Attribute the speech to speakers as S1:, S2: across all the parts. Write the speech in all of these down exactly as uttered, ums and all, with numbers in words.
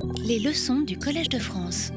S1: Les leçons du Collège de France.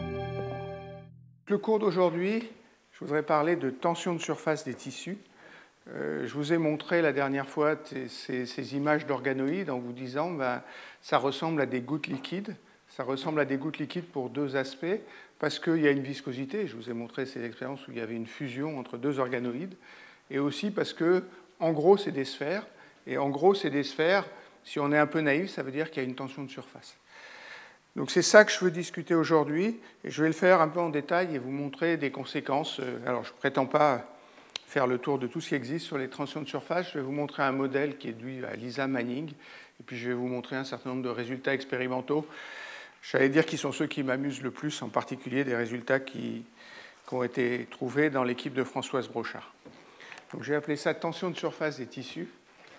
S2: Le cours d'aujourd'hui, je voudrais parler de tension de surface des tissus. Euh, je vous ai montré la dernière fois ces, ces images d'organoïdes en vous disant ben, ça ressemble à des gouttes liquides. Ça ressemble à des gouttes liquides pour deux aspects, parce qu'il y a une viscosité. Je vous ai montré ces expériences où il y avait une fusion entre deux organoïdes, et aussi parce que, en gros, c'est des sphères. Et en gros, c'est des sphères. Si on est un peu naïf, ça veut dire qu'il y a une tension de surface. Donc c'est ça que je veux discuter aujourd'hui, et je vais le faire un peu en détail et vous montrer des conséquences. Alors je ne prétends pas faire le tour de tout ce qui existe sur les tensions de surface, je vais vous montrer un modèle qui est dû à Lisa Manning, et puis je vais vous montrer un certain nombre de résultats expérimentaux. J'allais dire qu'ils sont ceux qui m'amusent le plus, en particulier des résultats qui, qui ont été trouvés dans l'équipe de Françoise Brochard. Donc j'ai appelé ça tension de surface des tissus.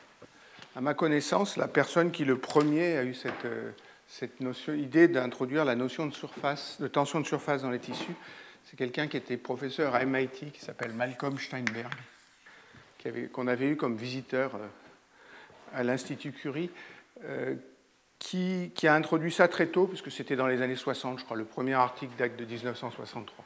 S2: À ma connaissance, la personne qui le premier a eu cette... cette notion, idée d'introduire la notion de surface, de tension de surface dans les tissus, c'est quelqu'un qui était professeur à M I T, qui s'appelle Malcolm Steinberg, qui avait, qu'on avait eu comme visiteur à l'Institut Curie, euh, qui, qui a introduit ça très tôt, puisque c'était dans les années soixante, je crois, le premier article date de dix-neuf cent soixante-trois.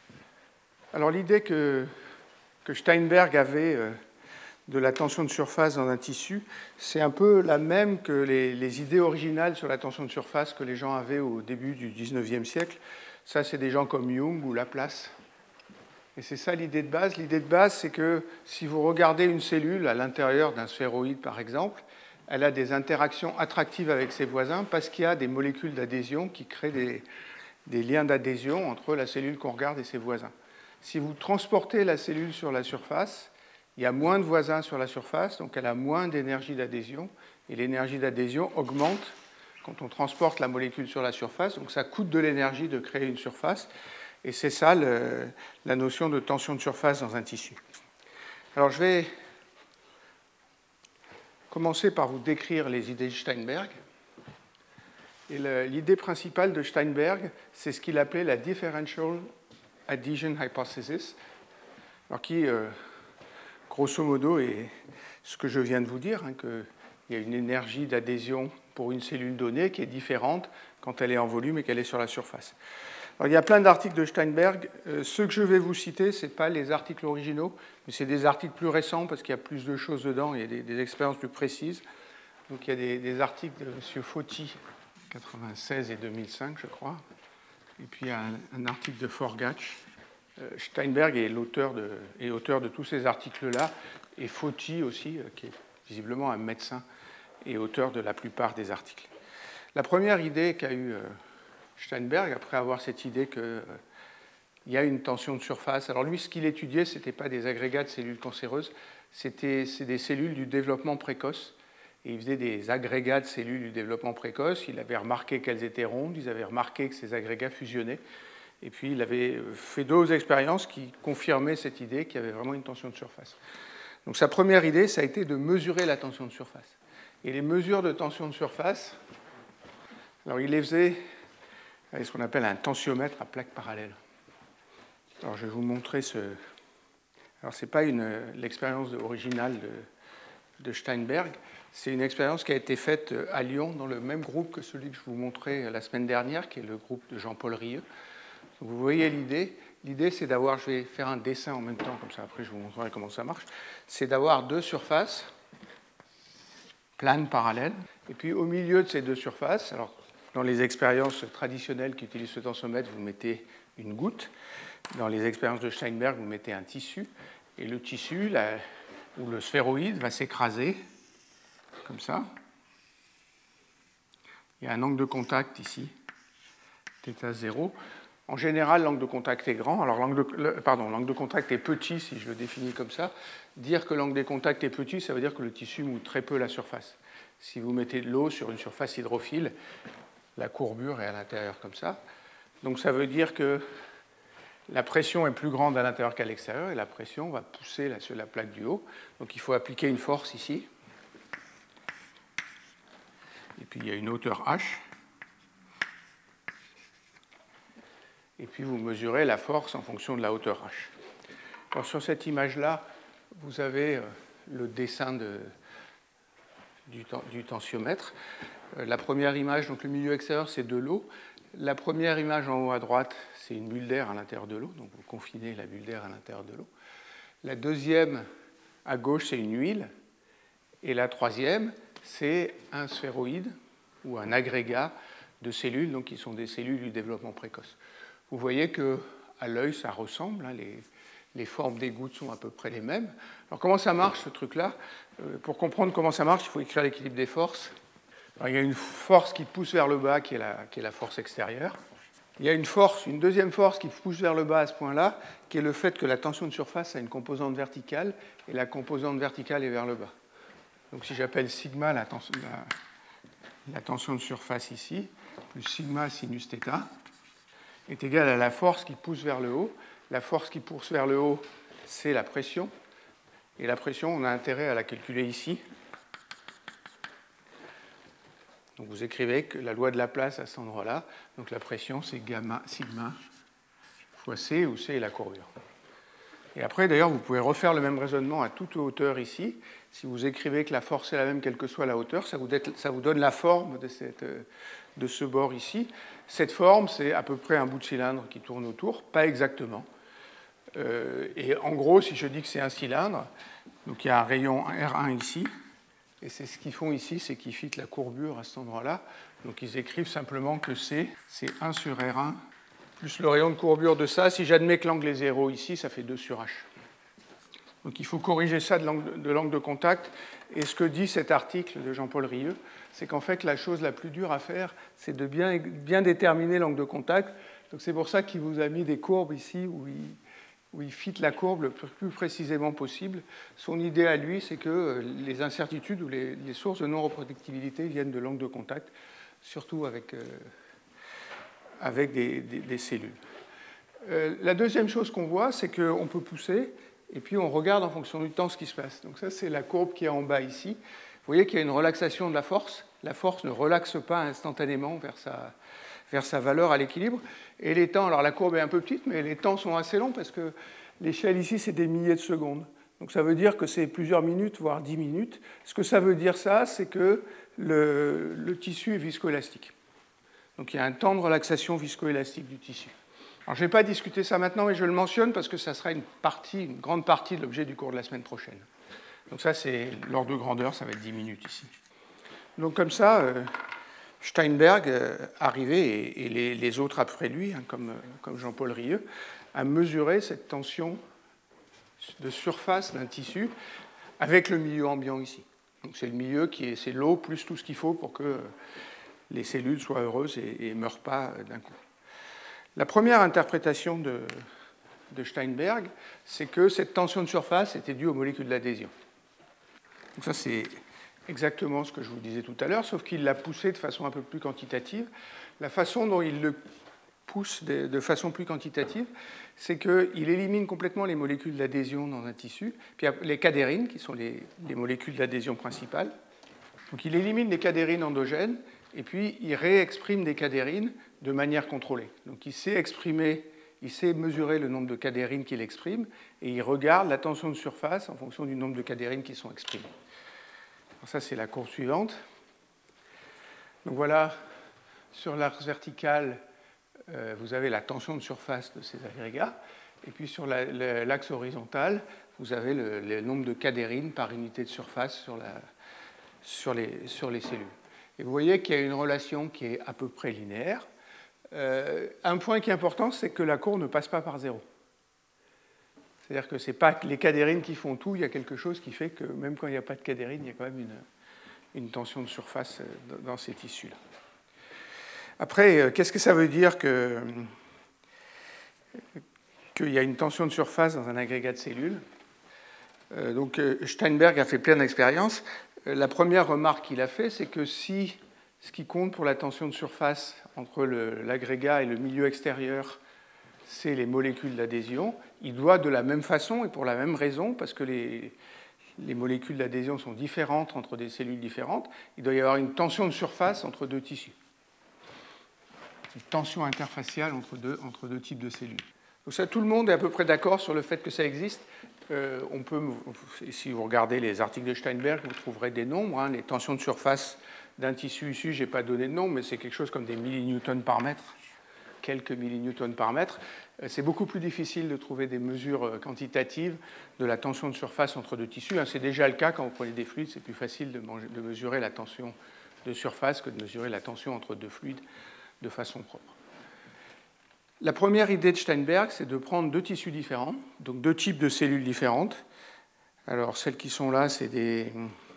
S2: Alors l'idée que, que Steinberg avait... Euh, de la tension de surface dans un tissu, c'est un peu la même que les, les idées originales sur la tension de surface que les gens avaient au début du dix-neuvième siècle. Ça, c'est des gens comme Young ou Laplace. Et c'est ça l'idée de base. L'idée de base, c'est que si vous regardez une cellule à l'intérieur d'un sphéroïde, par exemple, elle a des interactions attractives avec ses voisins parce qu'il y a des molécules d'adhésion qui créent des, des liens d'adhésion entre la cellule qu'on regarde et ses voisins. Si vous transportez la cellule sur la surface, il y a moins de voisins sur la surface, donc elle a moins d'énergie d'adhésion, et l'énergie d'adhésion augmente quand on transporte la molécule sur la surface, donc ça coûte de l'énergie de créer une surface, et c'est ça le, la notion de tension de surface dans un tissu. Alors je vais commencer par vous décrire les idées de Steinberg. Et le, l'idée principale de Steinberg, c'est ce qu'il appelait la differential adhesion hypothesis, alors qui... Euh, grosso modo, et ce que je viens de vous dire, hein, qu'il y a une énergie d'adhésion pour une cellule donnée qui est différente quand elle est en volume et qu'elle est sur la surface. Alors, il y a plein d'articles de Steinberg. Euh, ceux que je vais vous citer, ce n'est pas les articles originaux, mais c'est des articles plus récents parce qu'il y a plus de choses dedans, il y a des, des expériences plus précises. Donc il y a des, des articles de M. Fauti, quatre-vingt-seize et deux mille cinq, je crois. Et puis il y a un, un article de Forgatch. Steinberg est l'auteur de, est auteur de tous ces articles-là, et Fauti aussi, qui est visiblement un médecin, est auteur de la plupart des articles. La première idée qu'a eue Steinberg, après avoir cette idée qu'il euh, y a une tension de surface, alors lui, ce qu'il étudiait, ce n'était pas des agrégats de cellules cancéreuses, c'était c'est des cellules du développement précoce, et il faisait des agrégats de cellules du développement précoce, il avait remarqué qu'elles étaient rondes, il avait remarqué que ces agrégats fusionnaient, et puis, il avait fait d'autres expériences qui confirmaient cette idée qu'il y avait vraiment une tension de surface. Donc, sa première idée, ça a été de mesurer la tension de surface. Et les mesures de tension de surface, alors il les faisait avec ce qu'on appelle un tensiomètre à plaque parallèle. Alors, je vais vous montrer ce... Alors, ce n'est pas une... l'expérience originale de... de Steinberg, c'est une expérience qui a été faite à Lyon dans le même groupe que celui que je vous montrais la semaine dernière, qui est le groupe de Jean-Paul Rieux. Donc vous voyez l'idée. L'idée, c'est d'avoir, je vais faire un dessin en même temps, comme ça après je vous montrerai comment ça marche, c'est d'avoir deux surfaces planes parallèles, et puis au milieu de ces deux surfaces, alors dans les expériences traditionnelles qui utilisent ce tensiomètre, vous mettez une goutte, dans les expériences de Steinberg, vous mettez un tissu, et le tissu, la, ou le sphéroïde, va s'écraser, comme ça. Il y a un angle de contact ici, θ zéro. En général, l'angle de contact est grand. Alors, l'angle de, pardon, l'angle de contact est petit, si je le définis comme ça. Dire que l'angle de contact est petit, ça veut dire que le tissu mouille très peu la surface. Si vous mettez de l'eau sur une surface hydrophile, la courbure est à l'intérieur comme ça. Donc, ça veut dire que la pression est plus grande à l'intérieur qu'à l'extérieur, et la pression va pousser sur la plaque du haut. Donc, il faut appliquer une force ici. Et puis, il y a une hauteur H. Et puis vous mesurez la force en fonction de la hauteur H. Alors sur cette image-là, vous avez le dessin de, du, du tensiomètre. Euh, la première image, donc le milieu extérieur, c'est de l'eau. La première image en haut à droite, c'est une bulle d'air à l'intérieur de l'eau, donc vous confinez la bulle d'air à l'intérieur de l'eau. La deuxième, à gauche, c'est une huile. Et la troisième, c'est un sphéroïde ou un agrégat de cellules, donc qui sont des cellules du développement précoce. Vous voyez qu'à l'œil, ça ressemble, hein, les, les formes des gouttes sont à peu près les mêmes. Alors comment ça marche, ce truc-là? euh, Pour comprendre comment ça marche, il faut écrire l'équilibre des forces. Alors, il y a une force qui pousse vers le bas, qui est, la, qui est la force extérieure. Il y a une force, une deuxième force qui pousse vers le bas à ce point-là, qui est le fait que la tension de surface a une composante verticale, et la composante verticale est vers le bas. Donc si j'appelle sigma la tension, la, la tension de surface ici, plus sigma sinus θ, est égale à la force qui pousse vers le haut. La force qui pousse vers le haut, c'est la pression. Et la pression, on a intérêt à la calculer ici. Donc vous écrivez que la loi de Laplace à cet endroit-là, donc la pression, c'est gamma sigma fois C, où C est la courbure. Et après, d'ailleurs, vous pouvez refaire le même raisonnement à toute hauteur ici. Si vous écrivez que la force est la même quelle que soit la hauteur, ça vous, ça vous donne la forme de, cette, de ce bord ici. Cette forme, c'est à peu près un bout de cylindre qui tourne autour, pas exactement. Euh, et en gros, si je dis que c'est un cylindre, donc il y a un rayon R un ici, et c'est ce qu'ils font ici, c'est qu'ils fitent la courbure à cet endroit-là. Donc ils écrivent simplement que C, c'est un sur R un, plus le rayon de courbure de ça. Si j'admets que l'angle est zéro ici, ça fait deux sur H. Donc il faut corriger ça de l'angle de, l'angle de contact. Et ce que dit cet article de Jean-Paul Rieux, c'est qu'en fait, la chose la plus dure à faire, c'est de bien, bien déterminer l'angle de contact. Donc c'est pour ça qu'il vous a mis des courbes ici où il, où il fitte la courbe le plus précisément possible. Son idée à lui, c'est que les incertitudes ou les, les sources de non-reproductibilité viennent de l'angle de contact, surtout avec... Euh, avec des, des, des cellules. Euh, la deuxième chose qu'on voit, c'est qu'on peut pousser, et puis on regarde en fonction du temps ce qui se passe. Donc ça, c'est la courbe qui est en bas ici. Vous voyez qu'il y a une relaxation de la force. La force ne relaxe pas instantanément vers sa, vers sa valeur à l'équilibre. Et les temps, alors la courbe est un peu petite, mais les temps sont assez longs, parce que l'échelle ici, c'est des milliers de secondes. Donc ça veut dire que c'est plusieurs minutes, voire dix minutes. Ce que ça veut dire, ça, c'est que le, le tissu est viscoélastique. Donc il y a un temps de relaxation viscoélastique du tissu. Alors je ne vais pas discuter ça maintenant, mais je le mentionne parce que ça sera une partie, une grande partie de l'objet du cours de la semaine prochaine. Donc ça, c'est l'ordre de grandeur, ça va être dix minutes ici. Donc comme ça, euh, Steinberg euh, arrivait, et, et les, les autres après lui, hein, comme, comme Jean-Paul Rieux, à mesurer cette tension de surface d'un tissu avec le milieu ambiant ici. Donc c'est le milieu qui est, c'est l'eau plus tout ce qu'il faut pour que... Euh, les cellules soient heureuses et ne meurent pas d'un coup. La première interprétation de, de Steinberg, c'est que cette tension de surface était due aux molécules d'adhésion. Donc ça, c'est exactement ce que je vous disais tout à l'heure, sauf qu'il l'a poussé de façon un peu plus quantitative. La façon dont il le pousse de, de façon plus quantitative, c'est qu'il élimine complètement les molécules d'adhésion dans un tissu, puis les cadérines, qui sont les, les molécules d'adhésion principales. Donc il élimine les cadérines endogènes, et puis il réexprime des cadérines de manière contrôlée. Donc il sait exprimer, il sait mesurer le nombre de cadérines qu'il exprime, et il regarde la tension de surface en fonction du nombre de cadérines qui sont exprimées. Alors ça, c'est la courbe suivante. Donc voilà, sur l'axe vertical, euh, vous avez la tension de surface de ces agrégats, et puis sur la, la, l'axe horizontal, vous avez le, le nombre de cadérines par unité de surface sur, la, sur, les, sur les cellules. Et vous voyez qu'il y a une relation qui est à peu près linéaire. Euh, un point qui est important, c'est que la courbe ne passe pas par zéro. C'est-à-dire que ce n'est pas les cadérines qui font tout, il y a quelque chose qui fait que même quand il n'y a pas de cadérines, il y a quand même une, une tension de surface dans ces tissus-là. Après, qu'est-ce que ça veut dire que, qu'il y a une tension de surface dans un agrégat de cellules? euh, Donc Steinberg a fait plein d'expériences. La première remarque qu'il a fait, c'est que si ce qui compte pour la tension de surface entre le, l'agrégat et le milieu extérieur, c'est les molécules d'adhésion, il doit de la même façon et pour la même raison, parce que les, les molécules d'adhésion sont différentes entre des cellules différentes, il doit y avoir une tension de surface entre deux tissus. Une tension interfaciale entre deux, entre deux types de cellules. Donc ça, tout le monde est à peu près d'accord sur le fait que ça existe. Euh, on peut, si vous regardez les articles de Steinberg, vous trouverez des nombres. Hein. Les tensions de surface d'un tissu issu, je n'ai pas donné de nom, mais c'est quelque chose comme des millinewtons par mètre, quelques millinewtons par mètre. C'est beaucoup plus difficile de trouver des mesures quantitatives de la tension de surface entre deux tissus. C'est déjà le cas quand vous prenez des fluides, c'est plus facile de, manger, de mesurer la tension de surface que de mesurer la tension entre deux fluides de façon propre. La première idée de Steinberg, c'est de prendre deux tissus différents, donc deux types de cellules différentes. Alors, celles qui sont là, c'est des,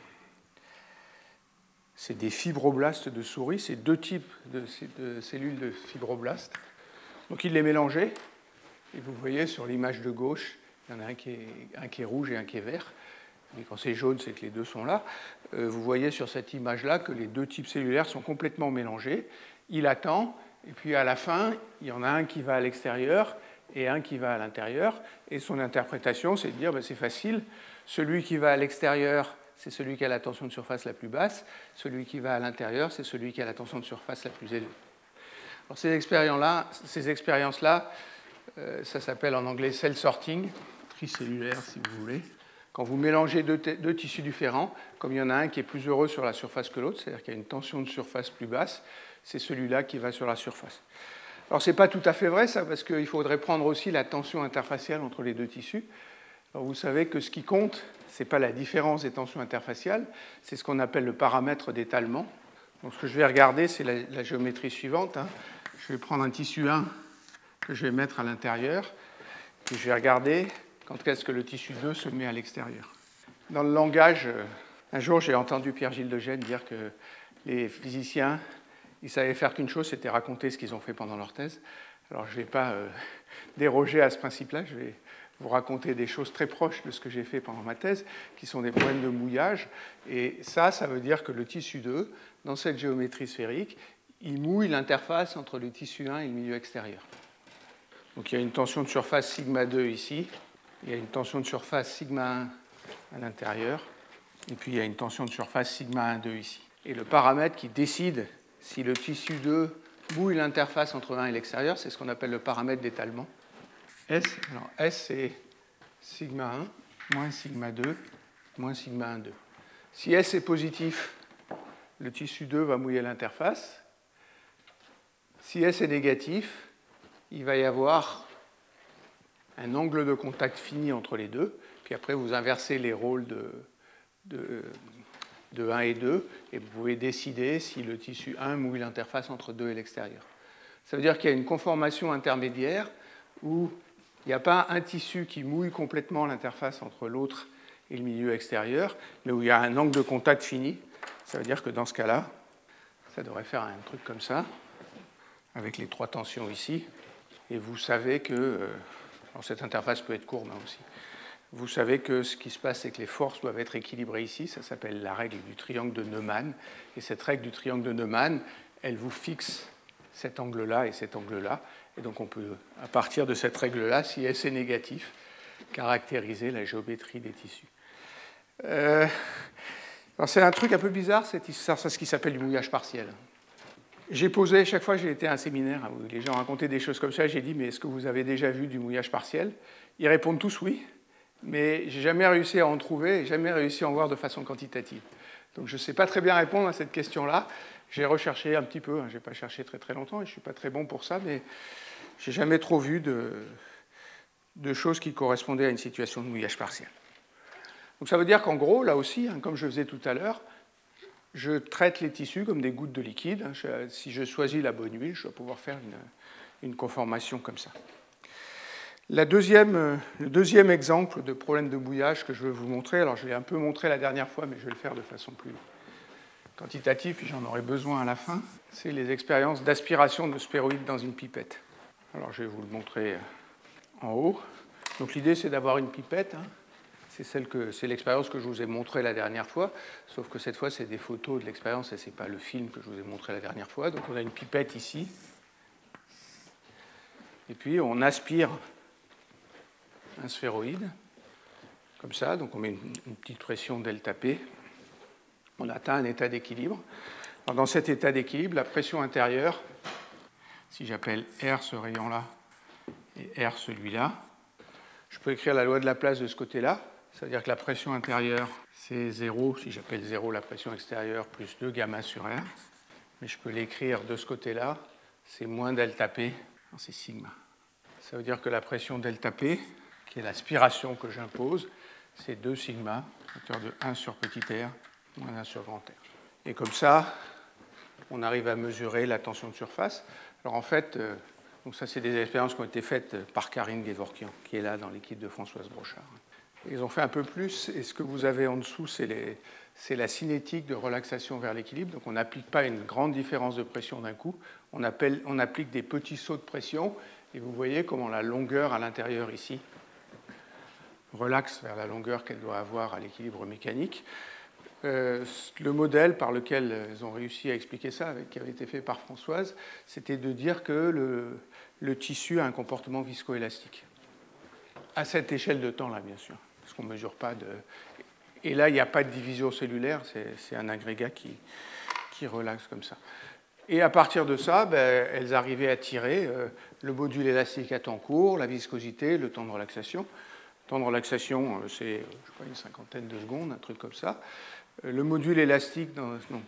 S2: c'est des fibroblastes de souris, c'est deux types de, de cellules de fibroblastes. Donc, il les mélangeait. Et vous voyez sur l'image de gauche, il y en a un qui est, un qui est rouge et un qui est vert. Mais quand c'est jaune, c'est que les deux sont là. Euh, vous voyez sur cette image-là que les deux types cellulaires sont complètement mélangés. Il attend, et puis à la fin, il y en a un qui va à l'extérieur et un qui va à l'intérieur. Et son interprétation, c'est de dire, ben, c'est facile, celui qui va à l'extérieur, c'est celui qui a la tension de surface la plus basse. Celui qui va à l'intérieur, c'est celui qui a la tension de surface la plus élevée. Alors, ces expériences-là, ces expériences-là euh, ça s'appelle en anglais cell sorting, tri cellulaire si vous voulez. Quand vous mélangez deux, deux tissus différents, comme il y en a un qui est plus heureux sur la surface que l'autre, c'est-à-dire qu'il y a une tension de surface plus basse, c'est celui-là qui va sur la surface. Alors, ce n'est pas tout à fait vrai, ça, parce qu'il faudrait prendre aussi la tension interfaciale entre les deux tissus. Alors, vous savez que ce qui compte, ce n'est pas la différence des tensions interfaciales, c'est ce qu'on appelle le paramètre d'étalement. Donc, ce que je vais regarder, c'est la, la géométrie suivante. Hein. Je vais prendre un tissu un que je vais mettre à l'intérieur, puis je vais regarder quand est-ce que le tissu deux se met à l'extérieur. Dans le langage, un jour, j'ai entendu Pierre-Gilles de Gênes dire que les physiciens, ils savaient faire qu'une chose, c'était raconter ce qu'ils ont fait pendant leur thèse. Alors, je ne vais pas euh, déroger à ce principe-là, je vais vous raconter des choses très proches de ce que j'ai fait pendant ma thèse, qui sont des problèmes de mouillage. Et ça, ça veut dire que le tissu deux, dans cette géométrie sphérique, il mouille l'interface entre le tissu un et le milieu extérieur. Donc il y a une tension de surface sigma deux ici, il y a une tension de surface sigma un à l'intérieur, et puis il y a une tension de surface sigma un deux ici. Et le paramètre qui décide si le tissu deux mouille l'interface entre un et l'extérieur, c'est ce qu'on appelle le paramètre d'étalement. S, alors S c'est sigma un moins sigma deux moins sigma un deux. Si S est positif, le tissu deux va mouiller l'interface. Si S est négatif, il va y avoir un angle de contact fini entre les deux, puis après vous inversez les rôles de, de, de un et deux, et vous pouvez décider si le tissu un mouille l'interface entre deux et l'extérieur. Ça veut dire qu'il y a une conformation intermédiaire où il n'y a pas un tissu qui mouille complètement l'interface entre l'autre et le milieu extérieur, mais où il y a un angle de contact fini. Ça veut dire que dans ce cas-là, ça devrait faire un truc comme ça, avec les trois tensions ici. Et vous savez que, euh, alors cette interface peut être courbe hein, aussi, vous savez que ce qui se passe, c'est que les forces doivent être équilibrées ici, ça s'appelle la règle du triangle de Neumann, et cette règle du triangle de Neumann, elle vous fixe cet angle-là et cet angle-là, et donc on peut, à partir de cette règle-là, si S est négatif, caractériser la géométrie des tissus. Euh, alors c'est un truc un peu bizarre, c'est ce qui s'appelle du mouillage partiel. J'ai posé, chaque fois que j'ai été à un séminaire où les gens racontaient des choses comme ça, j'ai dit, mais est-ce que vous avez déjà vu du mouillage partiel? Ils répondent tous oui, mais je n'ai jamais réussi à en trouver et jamais réussi à en voir de façon quantitative. Donc je ne sais pas très bien répondre à cette question-là. J'ai recherché un petit peu, hein, je n'ai pas cherché très très longtemps et je ne suis pas très bon pour ça, mais je n'ai jamais trop vu de, de choses qui correspondaient à une situation de mouillage partiel. Donc ça veut dire qu'en gros, là aussi, hein, comme je faisais tout à l'heure, je traite les tissus comme des gouttes de liquide. Si je choisis la bonne huile, je dois pouvoir faire une, une conformation comme ça. La deuxième, le deuxième exemple de problème de mouillage que je veux vous montrer, alors je l'ai un peu montré la dernière fois, mais je vais le faire de façon plus quantitative, puis j'en aurai besoin à la fin, c'est les expériences d'aspiration de sphéroïdes dans une pipette. Alors je vais vous le montrer en haut. Donc l'idée, c'est d'avoir une pipette, hein. C'est, celle que, c'est l'expérience que je vous ai montrée la dernière fois, sauf que cette fois, c'est des photos de l'expérience et ce n'est pas le film que je vous ai montré la dernière fois. Donc on a une pipette ici. Et puis on aspire un sphéroïde, comme ça. Donc on met une, une petite pression delta P. On atteint un état d'équilibre. Alors dans cet état d'équilibre, la pression intérieure, si j'appelle R ce rayon-là, et R celui-là. Je peux écrire la loi de Laplace de ce côté-là, c'est-à-dire que la pression intérieure, c'est zéro, si j'appelle zéro la pression extérieure, plus deux gamma sur R. Mais je peux l'écrire de ce côté-là, c'est moins delta P, c'est sigma. Ça veut dire que la pression delta P, qui est l'aspiration que j'impose, c'est deux sigma, à hauteur de un sur petit r, moins un sur grand R. Et comme ça, on arrive à mesurer la tension de surface. Alors en fait, euh, donc ça c'est des expériences qui ont été faites par Karine Gevorkian, qui est là dans l'équipe de Françoise Brochard. Ils ont fait un peu plus, et ce que vous avez en dessous, c'est, les, c'est la cinétique de relaxation vers l'équilibre. Donc on n'applique pas une grande différence de pression d'un coup, on, appelle, on applique des petits sauts de pression, et vous voyez comment la longueur à l'intérieur ici relaxe vers la longueur qu'elle doit avoir à l'équilibre mécanique. Euh, le modèle par lequel ils ont réussi à expliquer ça, avec, qui avait été fait par Françoise, c'était de dire que le, le tissu a un comportement viscoélastique. À cette échelle de temps-là, bien sûr, parce qu'on ne mesure pas de... Et là, il n'y a pas de division cellulaire, c'est, c'est un agrégat qui, qui relaxe comme ça. Et à partir de ça, ben, elles arrivaient à tirer euh, le module élastique à temps court, la viscosité, le temps de relaxation. Le temps de relaxation, euh, c'est, je sais pas, une cinquantaine de secondes, un truc comme ça. Le module élastique, donc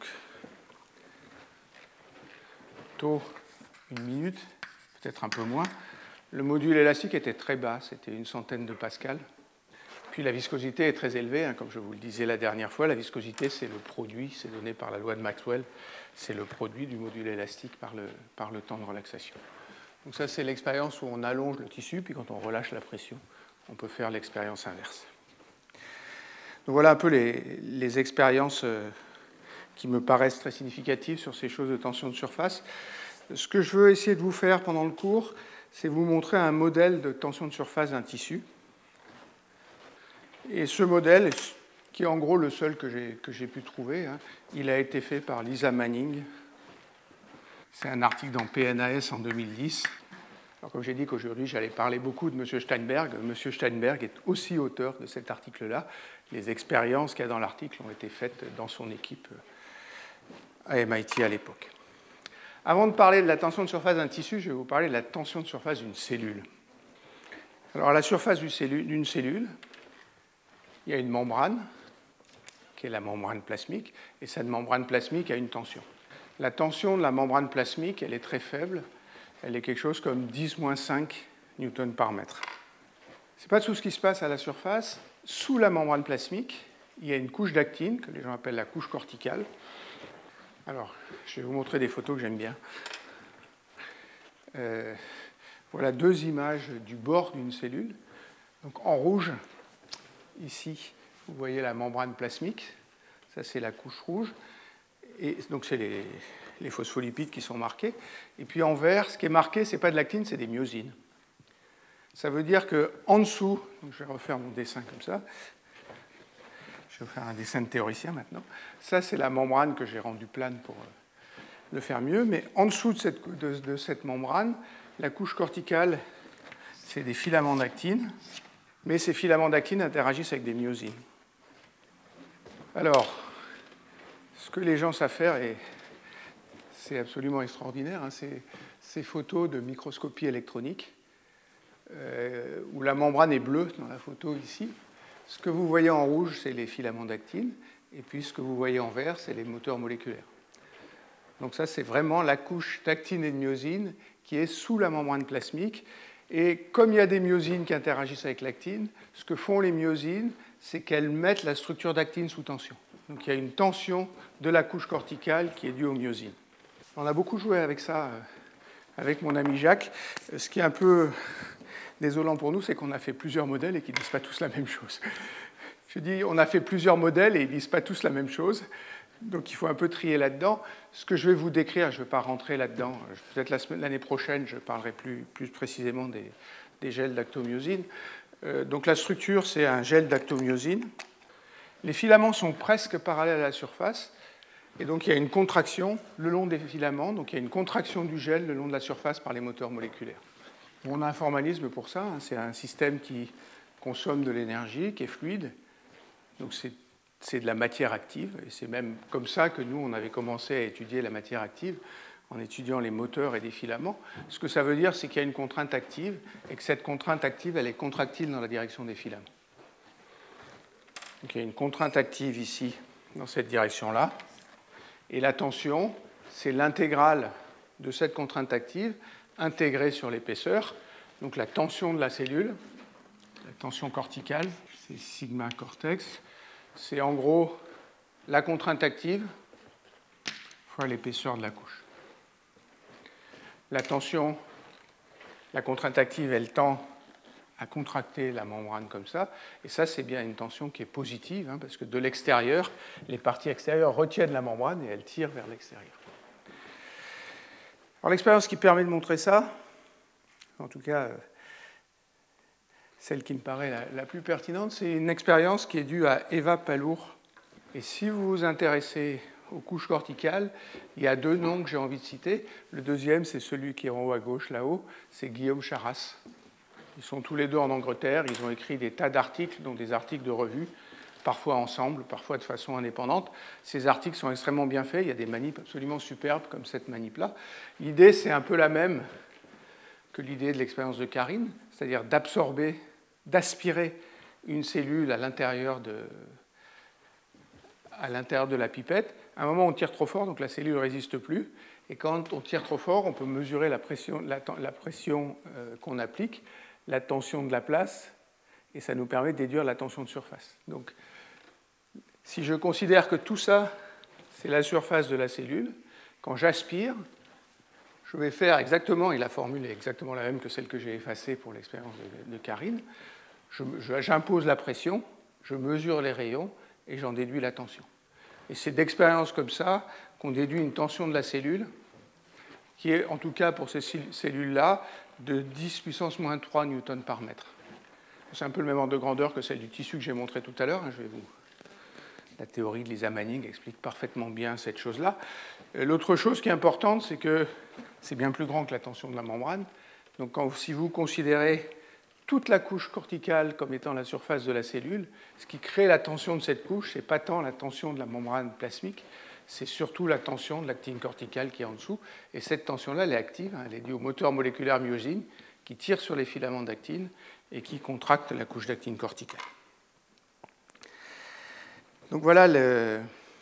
S2: taux, une minute, peut-être un peu moins. Le module élastique était très bas, c'était une centaine de pascal. Puis la viscosité est très élevée, hein, comme je vous le disais la dernière fois. La viscosité, c'est le produit, c'est donné par la loi de Maxwell, c'est le produit du module élastique par le, par le temps de relaxation. Donc ça, c'est l'expérience où on allonge le tissu, puis quand on relâche la pression, on peut faire l'expérience inverse. Donc voilà un peu les, les expériences euh, qui me paraissent très significatives sur ces choses de tension de surface. Ce que je veux essayer de vous faire pendant le cours, c'est vous montrer un modèle de tension de surface d'un tissu. Et ce modèle, qui est en gros le seul que j'ai, que j'ai pu trouver, hein, il a été fait par Lisa Manning. C'est un article dans P N A S en deux mille dix. Alors, comme j'ai dit qu'aujourd'hui, j'allais parler beaucoup de M. Steinberg, M. Steinberg est aussi auteur de cet article-là. Les expériences qu'il y a dans l'article ont été faites dans son équipe à M I T à l'époque. Avant de parler de la tension de surface d'un tissu, je vais vous parler de la tension de surface d'une cellule. Alors, à la surface d'une cellule, il y a une membrane, qui est la membrane plasmique, et cette membrane plasmique a une tension. La tension de la membrane plasmique, elle est très faible. Elle est quelque chose comme dix moins cinq newtons par mètre. Ce n'est pas tout ce qui se passe à la surface. Sous la membrane plasmique, il y a une couche d'actine, que les gens appellent la couche corticale. Alors, je vais vous montrer des photos que j'aime bien. Euh, voilà deux images du bord d'une cellule. Donc, en rouge, ici, vous voyez la membrane plasmique. Ça, c'est la couche rouge. Et donc, c'est les... les phospholipides qui sont marqués. Et puis en vert, ce qui est marqué, ce n'est pas de l'actine, c'est des myosines. Ça veut dire qu'en dessous, donc je vais refaire mon dessin comme ça, je vais faire un dessin de théoricien maintenant, ça c'est la membrane que j'ai rendue plane pour le faire mieux, mais en dessous de cette, de, de cette membrane, la couche corticale, c'est des filaments d'actine, mais ces filaments d'actine interagissent avec des myosines. Alors, ce que les gens savent faire est... c'est absolument extraordinaire, hein, ces, ces photos de microscopie électronique, euh, où la membrane est bleue dans la photo ici. Ce que vous voyez en rouge, c'est les filaments d'actine, et puis ce que vous voyez en vert, c'est les moteurs moléculaires. Donc ça, c'est vraiment la couche d'actine et de myosine qui est sous la membrane plasmique. Et comme il y a des myosines qui interagissent avec l'actine, ce que font les myosines, c'est qu'elles mettent la structure d'actine sous tension. Donc il y a une tension de la couche corticale qui est due aux myosines. On a beaucoup joué avec ça, avec mon ami Jacques. Ce qui est un peu désolant pour nous, c'est qu'on a fait plusieurs modèles et qu'ils ne disent pas tous la même chose. Je dis, on a fait plusieurs modèles et ils ne disent pas tous la même chose. Donc il faut un peu trier là-dedans. Ce que je vais vous décrire, je ne vais pas rentrer là-dedans. Peut-être la semaine, l'année prochaine, je parlerai plus, plus précisément des, des gels d'actomyosine. Euh, donc la structure, c'est un gel d'actomyosine. Les filaments sont presque parallèles à la surface. Et donc il y a une contraction le long des filaments, donc il y a une contraction du gel le long de la surface par les moteurs moléculaires. On a un formalisme pour ça, hein, c'est un système qui consomme de l'énergie, qui est fluide, donc c'est, c'est de la matière active, et c'est même comme ça que nous, on avait commencé à étudier la matière active. en étudiant les moteurs et des filaments. Ce que ça veut dire, c'est qu'il y a une contrainte active et que cette contrainte active, elle est contractile dans la direction des filaments. Donc il y a une contrainte active ici, dans cette direction-là. Et la tension, c'est l'intégrale de cette contrainte active intégrée sur l'épaisseur. Donc la tension de la cellule, la tension corticale, c'est sigma cortex. C'est en gros la contrainte active fois l'épaisseur de la couche. La tension, la contrainte active, elle tend à contracter la membrane comme ça. Et ça, c'est bien une tension qui est positive, hein, parce que de l'extérieur, les parties extérieures retiennent la membrane et elles tirent vers l'extérieur. Alors l'expérience qui permet de montrer ça, en tout cas celle qui me paraît la, la plus pertinente, c'est une expérience qui est due à Eva Palour. Et si vous vous intéressez aux couches corticales, il y a deux noms que j'ai envie de citer. Le deuxième, c'est celui qui est en haut à gauche, là-haut, c'est Guillaume Charras. Ils sont tous les deux en Angleterre, ils ont écrit des tas d'articles, dont des articles de revue, parfois ensemble, parfois de façon indépendante. Ces articles sont extrêmement bien faits, il y a des manips absolument superbes comme cette manip-là. L'idée, c'est un peu la même que l'idée de l'expérience de Karine, c'est-à-dire d'absorber, d'aspirer une cellule à l'intérieur de, à l'intérieur de la pipette. À un moment, on tire trop fort, donc la cellule ne résiste plus. Et quand on tire trop fort, on peut mesurer la pression, la, la pression euh, qu'on applique, la tension de la place, et ça nous permet de déduire la tension de surface. Donc, si je considère que tout ça, c'est la surface de la cellule, quand j'aspire, je vais faire exactement, et la formule est exactement la même que celle que j'ai effacée pour l'expérience de, de Karine, je, je, j'impose la pression, je mesure les rayons, et j'en déduis la tension. Et c'est d'expériences comme ça qu'on déduit une tension de la cellule, qui est, en tout cas pour ces cellules-là, de dix puissance moins trois newtons par mètre. C'est un peu le même ordre de grandeur que celle du tissu que j'ai montré tout à l'heure. Je vais vous... La théorie de Lisa Manning explique parfaitement bien cette chose-là. L'autre chose qui est importante, c'est que c'est bien plus grand que la tension de la membrane. Donc quand, si vous considérez toute la couche corticale comme étant la surface de la cellule, ce qui crée la tension de cette couche, ce n'est pas tant la tension de la membrane plasmique, c'est surtout la tension de l'actine corticale qui est en dessous. Et cette tension-là, elle est active, hein, elle est due au moteur moléculaire myosine qui tire sur les filaments d'actine et qui contracte la couche d'actine corticale. Donc voilà le...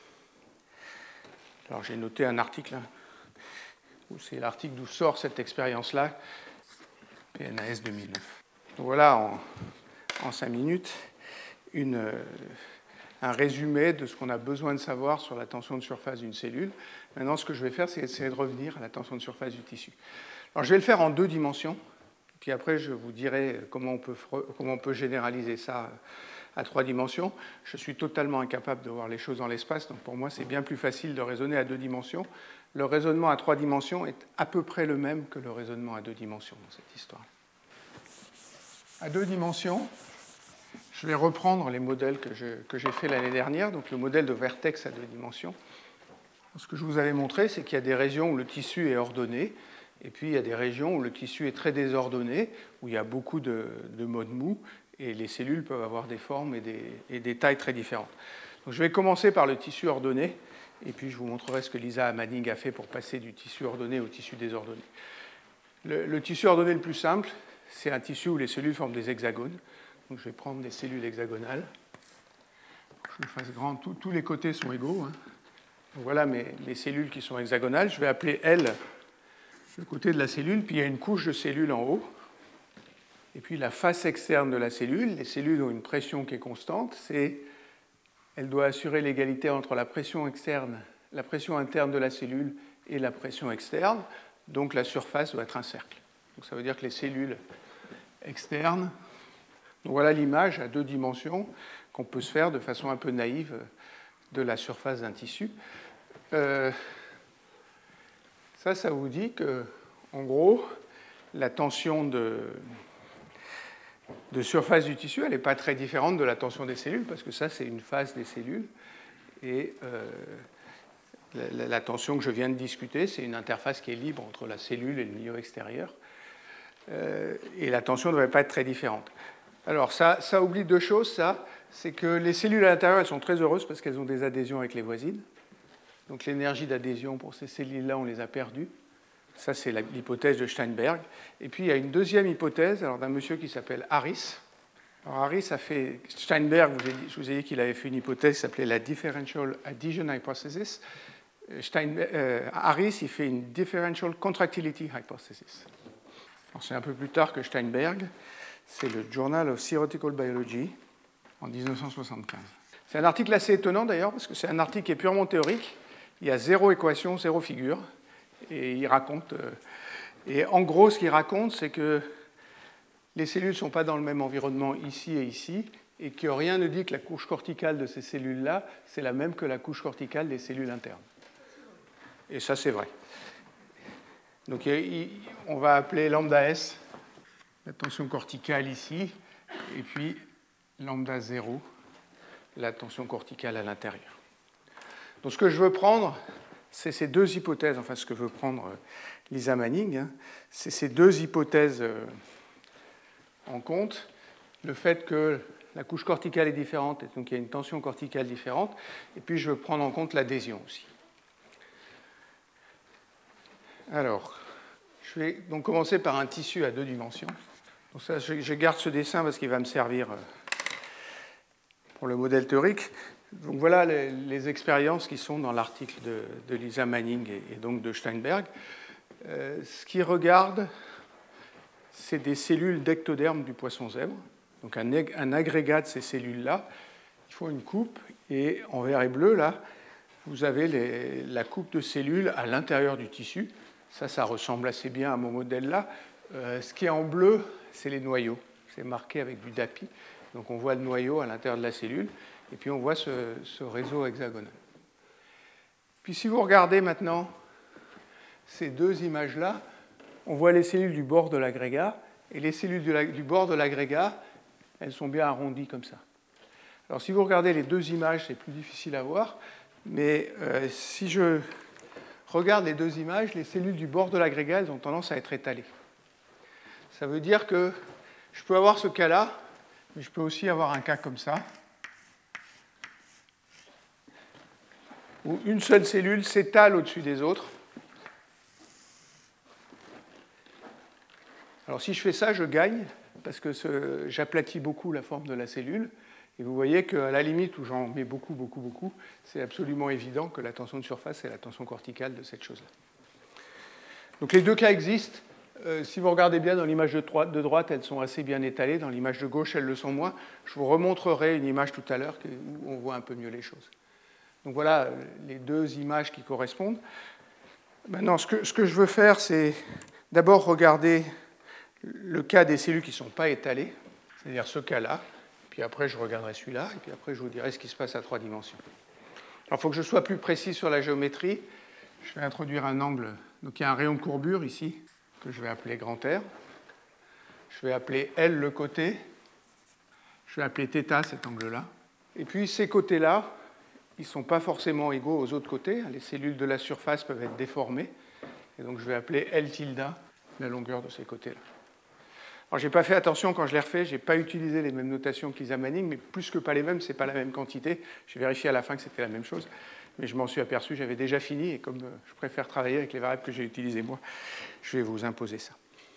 S2: Alors j'ai noté un article, hein, où c'est l'article d'où sort cette expérience-là, P N A S deux mille neuf. Donc voilà, en, en cinq minutes, une... Euh, un résumé de ce qu'on a besoin de savoir sur la tension de surface d'une cellule. Maintenant, ce que je vais faire, c'est essayer de revenir à la tension de surface du tissu. Alors, je vais le faire en deux dimensions, puis après, je vous dirai comment on peut, comment on peut généraliser ça à trois dimensions. Je suis totalement incapable de voir les choses dans l'espace, donc pour moi, c'est bien plus facile de raisonner à deux dimensions. Le raisonnement à trois dimensions est à peu près le même que le raisonnement à deux dimensions dans cette histoire. À deux dimensions, je vais reprendre les modèles que, je, que j'ai fait l'année dernière, donc le modèle de vertex à deux dimensions. Ce que je vous avais montré, c'est qu'il y a des régions où le tissu est ordonné, et puis il y a des régions où le tissu est très désordonné, où il y a beaucoup de, de modes mous, et les cellules peuvent avoir des formes et des, et des tailles très différentes. Donc, je vais commencer par le tissu ordonné, et puis je vous montrerai ce que Lisa Manning a fait pour passer du tissu ordonné au tissu désordonné. Le, le tissu ordonné le plus simple, c'est un tissu où les cellules forment des hexagones. Donc, je vais prendre des cellules hexagonales. Je le fasse grand, tout, tous les côtés sont égaux. Hein. Donc, voilà mes, mes cellules qui sont hexagonales. Je vais appeler L le côté de la cellule, puis il y a une couche de cellules en haut. Et puis la face externe de la cellule, les cellules ont une pression qui est constante. C'est, elle doit assurer l'égalité entre la pression externe, la pression interne de la cellule et la pression externe. Donc la surface doit être un cercle. Donc, ça veut dire que les cellules externes. Donc voilà l'image à deux dimensions qu'on peut se faire de façon un peu naïve de la surface d'un tissu. Euh, ça, ça vous dit que, en gros, la tension de, de surface du tissu, elle n'est pas très différente de la tension des cellules, parce que ça, c'est une face des cellules. Et euh, la, la tension que je viens de discuter, c'est une interface qui est libre entre la cellule et le milieu extérieur. Euh, et la tension ne devrait pas être très différente. Alors, ça, ça oublie deux choses, ça. C'est que les cellules à l'intérieur, elles sont très heureuses parce qu'elles ont des adhésions avec les voisines. Donc l'énergie d'adhésion pour ces cellules-là, on les a perdues. Ça, c'est l'hypothèse de Steinberg. Et puis, il y a une deuxième hypothèse alors, d'un monsieur qui s'appelle Harris. Alors, Harris a fait. Steinberg, je vous ai dit qu'il avait fait une hypothèse qui s'appelait la Differential Adhesion Hypothesis. Steinberg, euh, Harris, il fait une Differential Contractility Hypothesis. C'est un peu plus tard que Steinberg. C'est le Journal of Theoretical Biology en dix-neuf cent soixante-quinze. C'est un article assez étonnant d'ailleurs, parce que c'est un article qui est purement théorique. Il y a zéro équation, zéro figure. Et il raconte. Euh, et en gros, ce qu'il raconte, c'est que les cellules ne sont pas dans le même environnement ici et ici, et que rien ne dit que la couche corticale de ces cellules-là, c'est la même que la couche corticale des cellules internes. Et ça, c'est vrai. Donc, on va appeler lambda S la tension corticale ici, et puis lambda zéro la tension corticale à l'intérieur. Donc, ce que je veux prendre, c'est ces deux hypothèses, enfin, ce que veut prendre Lisa Manning, hein, c'est ces deux hypothèses en compte, le fait que la couche corticale est différente, et donc il y a une tension corticale différente, et puis je veux prendre en compte l'adhésion aussi. Alors, je vais donc commencer par un tissu à deux dimensions. Donc ça, je garde ce dessin parce qu'il va me servir pour le modèle théorique. Donc voilà les, les expériences qui sont dans l'article de, de Lisa Manning et, et donc de Steinberg. Euh, ce qu'ils regardent, c'est des cellules d'ectoderme du poisson zèbre, donc un, un agrégat de ces cellules-là. Il faut une coupe, et en vert et bleu, là, vous avez les, la coupe de cellules à l'intérieur du tissu. Ça, ça ressemble assez bien à mon modèle-là. Euh, ce qui est en bleu, c'est les noyaux. C'est marqué avec du D A P I. Donc on voit le noyau à l'intérieur de la cellule, et puis on voit ce, ce réseau hexagonal. Puis si vous regardez maintenant ces deux images-là, on voit les cellules du bord de l'agrégat, et les cellules du, du bord de l'agrégat, elles sont bien arrondies comme ça. Alors si vous regardez les deux images, c'est plus difficile à voir, mais euh, si je regarde les deux images, les cellules du bord de l'agrégat, elles ont tendance à être étalées. Ça veut dire que je peux avoir ce cas-là, mais je peux aussi avoir un cas comme ça, où une seule cellule s'étale au-dessus des autres. Alors si je fais ça, je gagne, parce que ce, j'aplatis beaucoup la forme de la cellule, et vous voyez qu'à la limite où j'en mets beaucoup, beaucoup, beaucoup, c'est absolument évident que la tension de surface, c'est la tension corticale de cette chose-là. Donc les deux cas existent. Euh, si vous regardez bien dans l'image de droite, de droite, elles sont assez bien étalées. Dans l'image de gauche, elles le sont moins. Je vous remontrerai une image tout à l'heure où on voit un peu mieux les choses. Donc voilà les deux images qui correspondent. Maintenant, ce que, ce que je veux faire, c'est d'abord regarder le cas des cellules qui ne sont pas étalées, c'est-à-dire ce cas-là. Puis après, je regarderai celui-là. Et puis après, je vous dirai ce qui se passe à trois dimensions. Alors, il faut que je sois plus précis sur la géométrie. Je vais introduire un angle. Donc, il y a un rayon de courbure ici, que je vais appeler grand R. Je vais appeler L le côté. Je vais appeler θ cet angle-là. Et puis, ces côtés-là, ils ne sont pas forcément égaux aux autres côtés. Les cellules de la surface peuvent être déformées. Et donc, je vais appeler L tilde la longueur de ces côtés-là. Alors, je n'ai pas fait attention quand je l'ai refait, je n'ai pas utilisé les mêmes notations que Lisa Manning, mais plus que pas les mêmes, ce n'est pas la même quantité. J'ai vérifié à la fin que c'était la même chose, mais je m'en suis aperçu, j'avais déjà fini, et comme je préfère travailler avec les variables que j'ai utilisées moi, je vais vous imposer ça.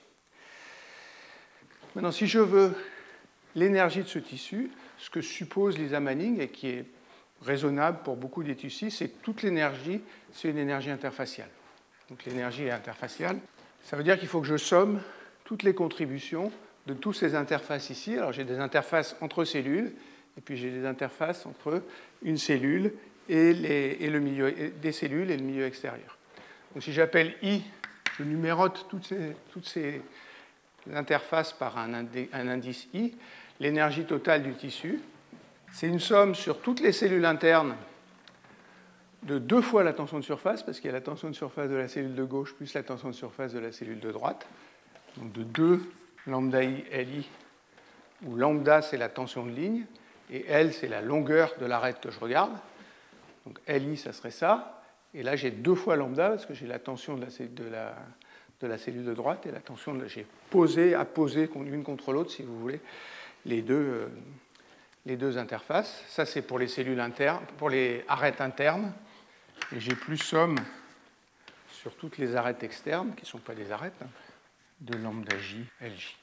S2: Maintenant, si je veux l'énergie de ce tissu, ce que suppose Lisa Manning, et qui est raisonnable pour beaucoup des tissus, c'est que toute l'énergie, c'est une énergie interfaciale. Donc l'énergie est interfaciale. Ça veut dire qu'il faut que je somme toutes les contributions de toutes ces interfaces ici. Alors j'ai des interfaces entre cellules, et puis j'ai des interfaces entre une cellule et, les, et le milieu, et des cellules et le milieu extérieur. Donc si j'appelle I, je numérote toutes ces, toutes ces interfaces par un, indi, un indice I, l'énergie totale du tissu, c'est une somme sur toutes les cellules internes de deux fois la tension de surface, parce qu'il y a la tension de surface de la cellule de gauche plus la tension de surface de la cellule de droite. Donc de deux lambda I, Li, où lambda c'est la tension de ligne, et L c'est la longueur de l'arête que je regarde. Donc Li, ça serait ça. Et là, j'ai deux fois lambda, parce que j'ai la tension de la, de, la, de la cellule de droite, et la tension de... J'ai posé, apposé l'une contre l'autre, si vous voulez, les deux, euh, les deux interfaces. Ça, c'est pour les cellules internes, pour les arêtes internes. et j'ai plus somme sur toutes les arêtes externes, qui ne sont pas des arêtes, hein, de lambda J, Lj.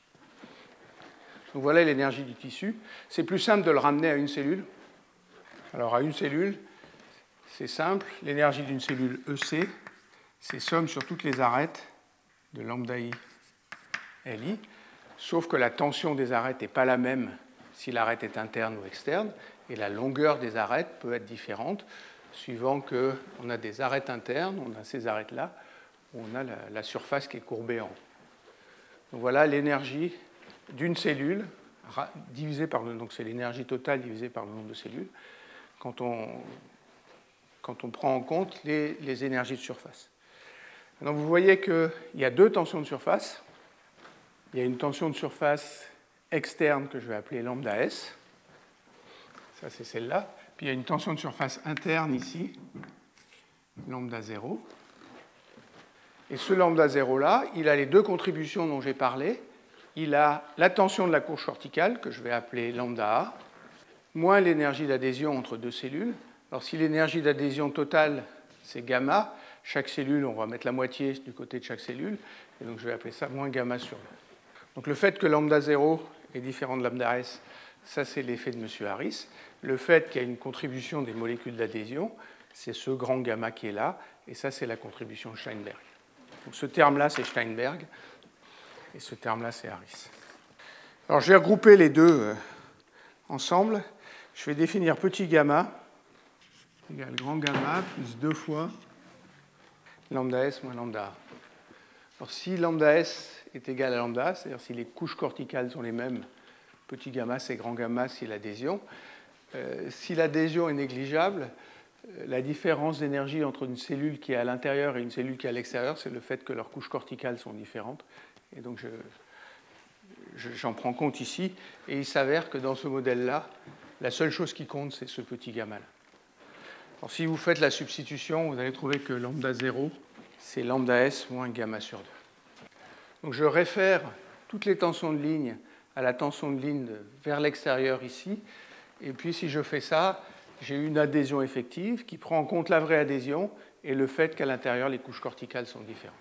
S2: Donc voilà l'énergie du tissu. C'est plus simple de le ramener à une cellule. Alors à une cellule, c'est simple. L'énergie d'une cellule E C, c'est somme sur toutes les arêtes de lambda I, Li, sauf que la tension des arêtes n'est pas la même si l'arête est interne ou externe, et la longueur des arêtes peut être différente suivant qu'on a des arêtes internes, on a ces arêtes-là, où on a la, la surface qui est courbée en haut. Donc voilà l'énergie d'une cellule divisée par le, donc c'est l'énergie totale divisée par le nombre de cellules quand on, quand on prend en compte les, les énergies de surface. Donc vous voyez qu'il y a deux tensions de surface. Il y a une tension de surface externe que je vais appeler lambda S. Ça, c'est celle-là. Puis il y a une tension de surface interne ici, lambda zéro. Et ce lambda zéro-là, il a les deux contributions dont j'ai parlé. Il a la tension de la couche corticale, que je vais appeler lambda A, moins l'énergie d'adhésion entre deux cellules. Alors si l'énergie d'adhésion totale, c'est gamma, chaque cellule, on va mettre la moitié du côté de chaque cellule, et donc je vais appeler ça moins gamma sur deux. Donc le fait que lambda zéro est différent de lambda S, ça c'est l'effet de M. Harris. Le fait qu'il y a une contribution des molécules d'adhésion, c'est ce grand gamma qui est là, et ça c'est la contribution de Steinberg. Donc ce terme-là c'est Steinberg, et ce terme-là c'est Harris. Alors je vais regrouper les deux ensemble. Je vais définir petit gamma égale grand gamma plus deux fois lambda S moins lambda A. Alors si lambda S est égal à lambda, c'est-à-dire si les couches corticales sont les mêmes, petit gamma c'est grand gamma si l'adhésion. Euh, si l'adhésion est négligeable, euh, la différence d'énergie entre une cellule qui est à l'intérieur et une cellule qui est à l'extérieur, c'est le fait que leurs couches corticales sont différentes. Et donc je, je, j'en prends compte ici, et il s'avère que dans ce modèle-là, la seule chose qui compte, c'est ce petit gamma-là. Alors si vous faites la substitution, vous allez trouver que lambda zéro, c'est lambda S moins gamma sur deux. Donc je réfère toutes les tensions de ligne à la tension de ligne vers l'extérieur ici. Et puis si je fais ça, j'ai une adhésion effective qui prend en compte la vraie adhésion et le fait qu'à l'intérieur, les couches corticales sont différentes.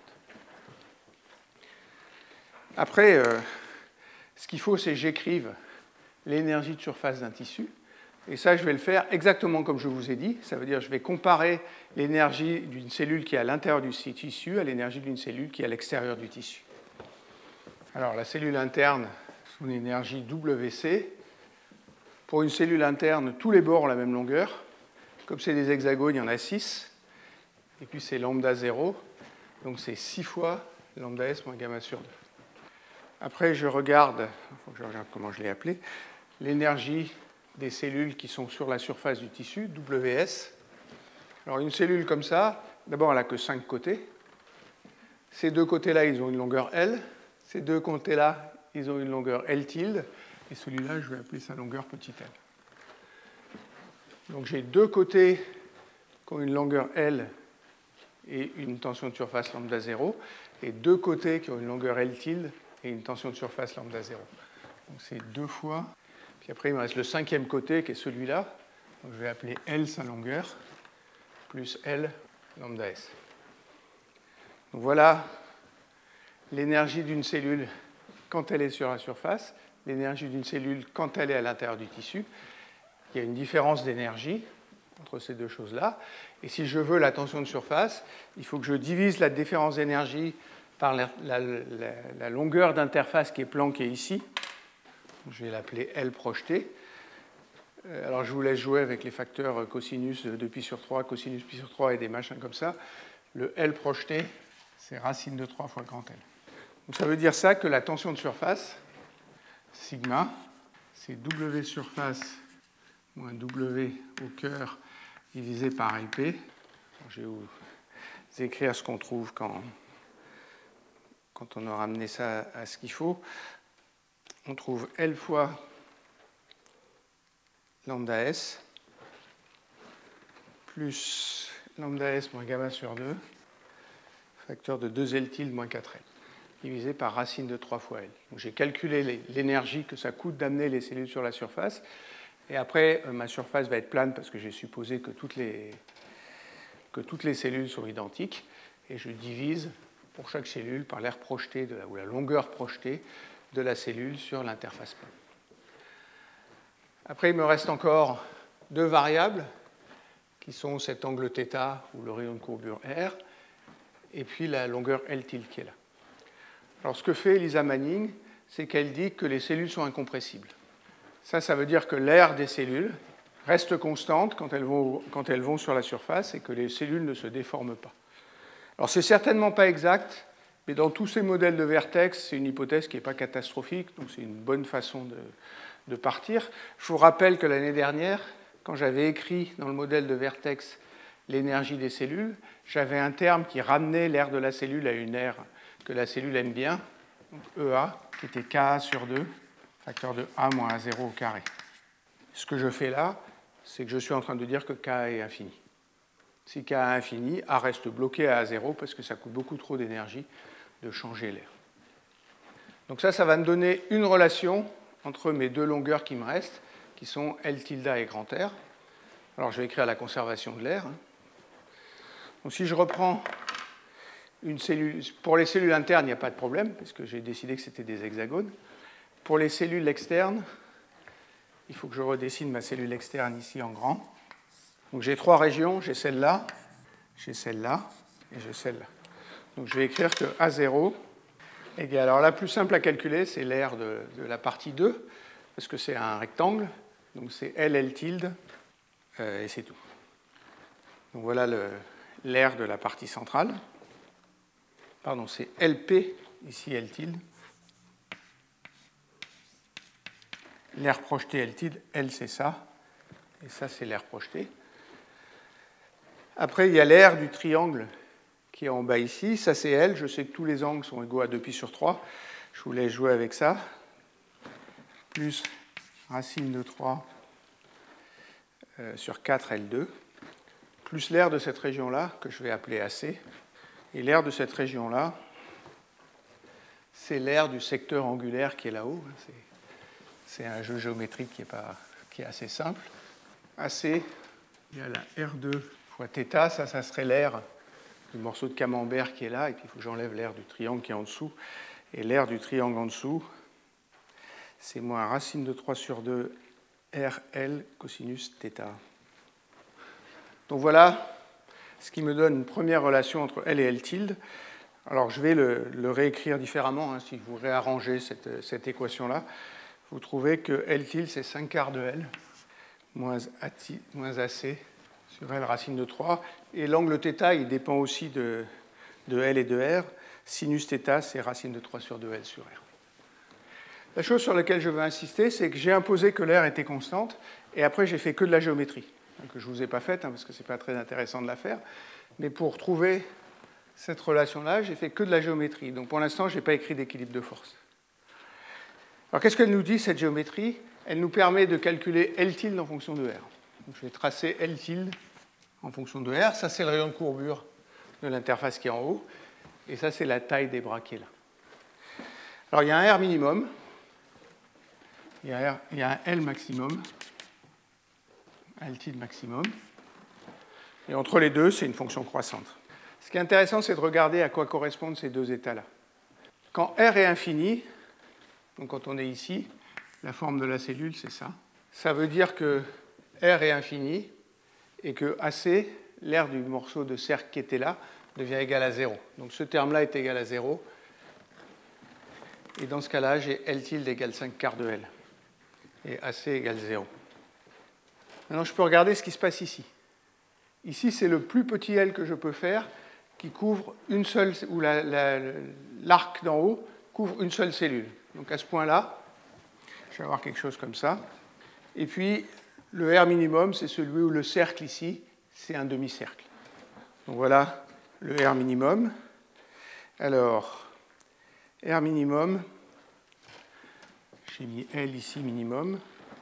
S2: Après, euh, ce qu'il faut, c'est que j'écrive l'énergie de surface d'un tissu. Et ça, je vais le faire exactement comme je vous ai dit. Ça veut dire que je vais comparer l'énergie d'une cellule qui est à l'intérieur du tissu à l'énergie d'une cellule qui est à l'extérieur du tissu. Alors, la cellule interne, son énergie W C. Pour une cellule interne, tous les bords ont la même longueur. Comme c'est des hexagones, il y en a six. Et puis c'est lambda zéro. Donc c'est six fois lambda S moins gamma sur deux. Après, je regarde, il faut que je regarde comment je l'ai appelé, l'énergie des cellules qui sont sur la surface du tissu, W S. Alors une cellule comme ça, d'abord elle n'a que cinq côtés. Ces deux côtés-là, ils ont une longueur L. Ces deux côtés-là, ils ont une longueur L tilde. Et celui-là, je vais appeler sa longueur petit l. Donc j'ai deux côtés qui ont une longueur L et une tension de surface lambda zéro, et deux côtés qui ont une longueur L tilde et une tension de surface lambda zéro. Donc c'est deux fois. Puis après, il me reste le cinquième côté qui est celui-là. Donc je vais appeler L sa longueur plus L lambda S. Donc voilà l'énergie d'une cellule quand elle est sur la surface, l'énergie d'une cellule quand elle est à l'intérieur du tissu. Il y a une différence d'énergie entre ces deux choses-là. Et si je veux la tension de surface, il faut que je divise la différence d'énergie par la, la, la, la longueur d'interface qui est planquée ici. Je vais l'appeler L projeté. Alors je vous laisse jouer avec les facteurs cosinus de pi sur trois, cosinus pi sur trois et des machins comme ça. Le L projeté, c'est racine de trois fois grand L. Donc ça veut dire ça que la tension de surface, sigma, c'est W surface moins W au cœur divisé par L P. Je vais vous écrire ce qu'on trouve quand, quand on aura amené ça à ce qu'il faut. On trouve L fois lambda S plus lambda S moins gamma sur deux, facteur de deux L tilde moins quatre L, divisé par racine de trois fois L. Donc j'ai calculé l'énergie que ça coûte d'amener les cellules sur la surface. Et après, ma surface va être plane parce que j'ai supposé que toutes les, que toutes les cellules sont identiques, et je divise pour chaque cellule par l'aire projeté de la, ou la longueur projetée de la cellule sur l'interface plane. Après, il me reste encore deux variables qui sont cet angle θ ou le rayon de courbure R, et puis la longueur L tilde qui est là. Alors, ce que fait Lisa Manning, c'est qu'elle dit que les cellules sont incompressibles. Ça, ça veut dire que l'aire des cellules reste constante quand elles vont, quand elles vont sur la surface et que les cellules ne se déforment pas. Alors, ce n'est certainement pas exact, mais dans tous ces modèles de vertex, c'est une hypothèse qui n'est pas catastrophique, donc c'est une bonne façon de, de partir. Je vous rappelle que l'année dernière, quand j'avais écrit dans le modèle de vertex l'énergie des cellules, j'avais un terme qui ramenait l'aire de la cellule à une aire que la cellule aime bien, donc E A, qui était Ka sur deux, facteur de A moins A zéro au carré. Ce que je fais là, c'est que je suis en train de dire que K est infini. Si K est infini, A reste bloqué à A zéro parce que ça coûte beaucoup trop d'énergie de changer l'aire. Donc ça, ça va me donner une relation entre mes deux longueurs qui me restent, qui sont L tilde et grand R. Alors je vais écrire la conservation de l'air. Donc si je reprends une cellule, pour les cellules internes, il n'y a pas de problème, parce que j'ai décidé que c'était des hexagones. Pour les cellules externes, il faut que je redessine ma cellule externe ici en grand. Donc j'ai trois régions, j'ai celle-là, j'ai celle-là et j'ai celle-là. Donc je vais écrire que A zéro égale, alors la plus simple à calculer, c'est l'aire de, de la partie deux, parce que c'est un rectangle, donc c'est L L tilde, euh, et c'est tout. Donc voilà l'aire de la partie centrale. Pardon, c'est L P, ici L tilde. L'aire projetée L tilde, L c'est ça, et ça c'est l'aire projetée. Après, il y a l'aire du triangle qui est en bas ici, ça c'est L, je sais que tous les angles sont égaux à deux pi sur trois, je vous laisse jouer avec ça, plus racine de trois euh, sur quatre L deux, plus l'aire de cette région-là, que je vais appeler A C, et l'aire de cette région-là, c'est l'aire du secteur angulaire qui est là-haut, c'est C'est un jeu géométrique qui est, pas, qui est assez simple. A C, il y a la R deux fois θ, ça, ça serait l'aire du morceau de camembert qui est là, et puis il faut que j'enlève l'aire du triangle qui est en dessous. Et l'aire du triangle en dessous, c'est moins racine de trois sur deux R L cosinus θ. Donc voilà ce qui me donne une première relation entre L et L tilde. Alors je vais le, le réécrire différemment, hein, si vous réarrangez cette, cette équation-là. Vous trouvez que L tilde, c'est cinq quarts de L, moins A C sur L racine de trois. Et l'angle θ, il dépend aussi de, de L et de R. Sinus θ, c'est racine de trois sur deux L sur R. La chose sur laquelle je veux insister, c'est que j'ai imposé que l'air était constante, et après j'ai fait que de la géométrie, que je ne vous ai pas faite, hein, parce que ce n'est pas très intéressant de la faire. Mais pour trouver cette relation-là, j'ai fait que de la géométrie. Donc pour l'instant, je n'ai pas écrit d'équilibre de force. Alors qu'est-ce qu'elle nous dit, cette géométrie? Elle nous permet de calculer L tilde en fonction de R. Donc, je vais tracer L tilde en fonction de R. Ça, c'est le rayon de courbure de l'interface qui est en haut. Et ça, c'est la taille des bras qui est là. Alors, il y a un R minimum. Il y a, R, il y a un L maximum. L tilde maximum. Et entre les deux, c'est une fonction croissante. Ce qui est intéressant, c'est de regarder à quoi correspondent ces deux états-là. Quand R est infini, donc quand on est ici, la forme de la cellule, c'est ça. Ça veut dire que R est infini et que A C, l'aire du morceau de cercle qui était là, devient égal à zéro. Donc ce terme-là est égal à zéro. Et dans ce cas-là, j'ai L tilde égale cinq quarts de L. Et A C égale zéro. Maintenant, je peux regarder ce qui se passe ici. Ici, c'est le plus petit L que je peux faire qui couvre une seule, ou la, la, l'arc d'en haut couvre une seule cellule. Donc à ce point-là, je vais avoir quelque chose comme ça. Et puis, le R minimum, c'est celui où le cercle ici, c'est un demi-cercle. Donc voilà le R minimum. Alors, R minimum, j'ai mis L ici minimum.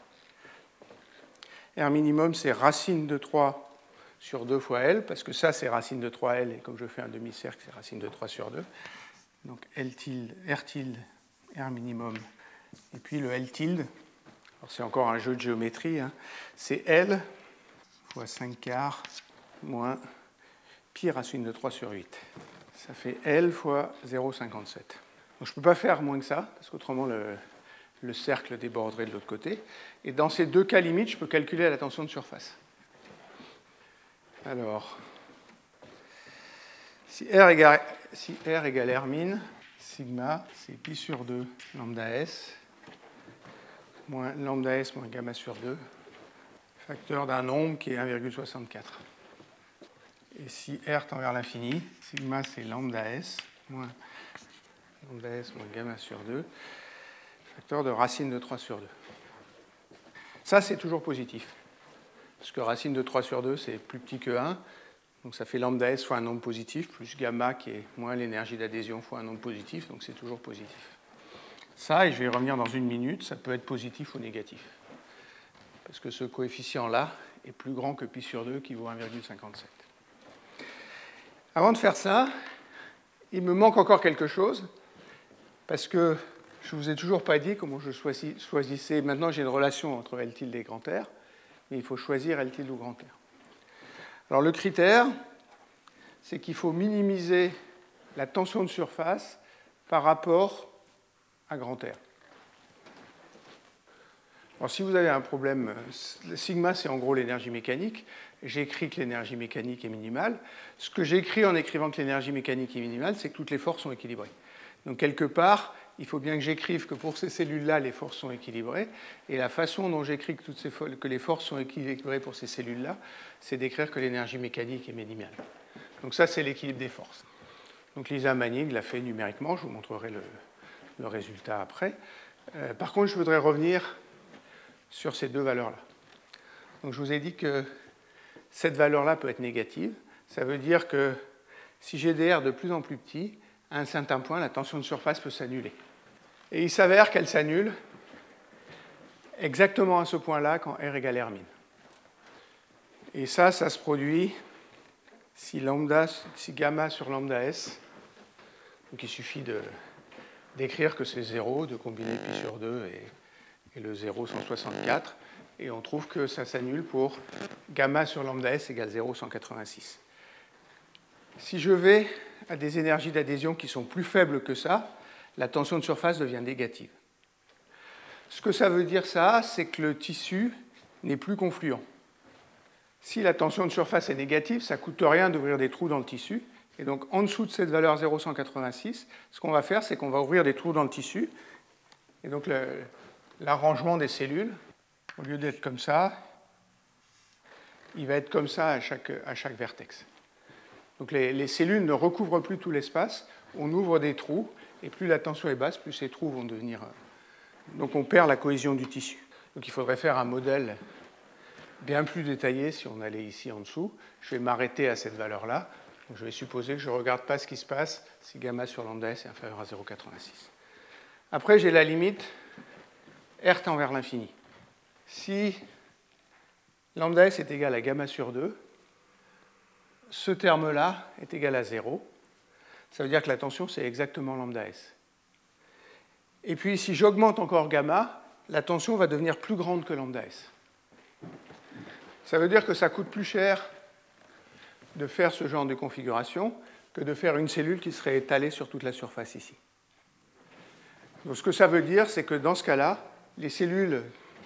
S2: R minimum, c'est racine de trois sur deux fois L, parce que ça, c'est racine de trois L, et comme je fais un demi-cercle, c'est racine de trois sur deux. Donc L tilde, R tilde, R minimum, et puis le L tilde, alors c'est encore un jeu de géométrie, hein, c'est L fois cinq quarts moins pi racine de trois sur huit. Ça fait L fois zéro virgule cinquante-sept. Donc je ne peux pas faire moins que ça, parce qu'autrement le, le cercle déborderait de l'autre côté. Et dans ces deux cas limites, je peux calculer la tension de surface. Alors, si R égale, si R égale R min, sigma, c'est pi sur deux lambda S, moins lambda S moins gamma sur deux, facteur d'un nombre qui est un virgule soixante-quatre. Et si R tend vers l'infini, sigma c'est lambda S moins lambda S moins gamma sur deux, facteur de racine de trois sur deux. Ça, c'est toujours positif. Parce que racine de trois sur deux, c'est plus petit que un. Donc ça fait lambda S fois un nombre positif, plus gamma qui est moins l'énergie d'adhésion fois un nombre positif. Donc c'est toujours positif. Ça, et je vais y revenir dans une minute, ça peut être positif ou négatif. Parce que ce coefficient-là est plus grand que pi sur deux qui vaut un virgule cinquante-sept. Avant de faire ça, il me manque encore quelque chose. Parce que je ne vous ai toujours pas dit comment je choisissais. Maintenant, j'ai une relation entre L tilde et grand R. Mais il faut choisir L tilde ou grand R. Alors le critère, c'est qu'il faut minimiser la tension de surface par rapport à grand R. Alors si vous avez un problème, sigma c'est en gros l'énergie mécanique, j'écris que l'énergie mécanique est minimale. Ce que j'écris en écrivant que l'énergie mécanique est minimale, c'est que toutes les forces sont équilibrées. Donc quelque part, il faut bien que j'écrive que pour ces cellules-là, les forces sont équilibrées. Et la façon dont j'écris que, toutes ces fo- que les forces sont équilibrées pour ces cellules-là, c'est d'écrire que l'énergie mécanique est minimale. Donc ça, c'est l'équilibre des forces. Donc Lisa Manning l'a fait numériquement, je vous montrerai le, le résultat après. Euh, par contre, je voudrais revenir sur ces deux valeurs-là. Donc je vous ai dit que cette valeur-là peut être négative. Ça veut dire que si j'ai des R de plus en plus petits, à un certain point, la tension de surface peut s'annuler. Et il s'avère qu'elle s'annule exactement à ce point-là quand R égale R min. Et ça, ça se produit si, lambda, si gamma sur lambda S. Donc il suffit de, d'écrire que c'est zéro, de combiner pi sur deux et, et le zéro cent soixante-quatre. Et on trouve que ça s'annule pour gamma sur lambda S égale zéro virgule cent quatre-vingt-six. Si je vais à des énergies d'adhésion qui sont plus faibles que ça, la tension de surface devient négative. Ce que ça veut dire, ça, c'est que le tissu n'est plus confluent. Si la tension de surface est négative, ça ne coûte rien d'ouvrir des trous dans le tissu. Et donc, en dessous de cette valeur zéro virgule cent quatre-vingt-six, ce qu'on va faire, c'est qu'on va ouvrir des trous dans le tissu. Et donc, le, l'arrangement des cellules, au lieu d'être comme ça, il va être comme ça à chaque, à chaque vertex. Donc les, les cellules ne recouvrent plus tout l'espace, on ouvre des trous, et plus la tension est basse, plus ces trous vont devenir... Donc on perd la cohésion du tissu. Donc il faudrait faire un modèle bien plus détaillé si on allait ici en dessous. Je vais m'arrêter à cette valeur-là. Donc je vais supposer que je ne regarde pas ce qui se passe si gamma sur lambda S est inférieur à zéro virgule quatre-vingt-six. Après, j'ai la limite R tend vers l'infini. Si lambda S est égal à gamma sur deux, ce terme-là est égal à zéro. Ça veut dire que la tension, c'est exactement lambda S. Et puis, si j'augmente encore gamma, la tension va devenir plus grande que lambda S. Ça veut dire que ça coûte plus cher de faire ce genre de configuration que de faire une cellule qui serait étalée sur toute la surface ici. Donc, ce que ça veut dire, c'est que dans ce cas-là, les cellules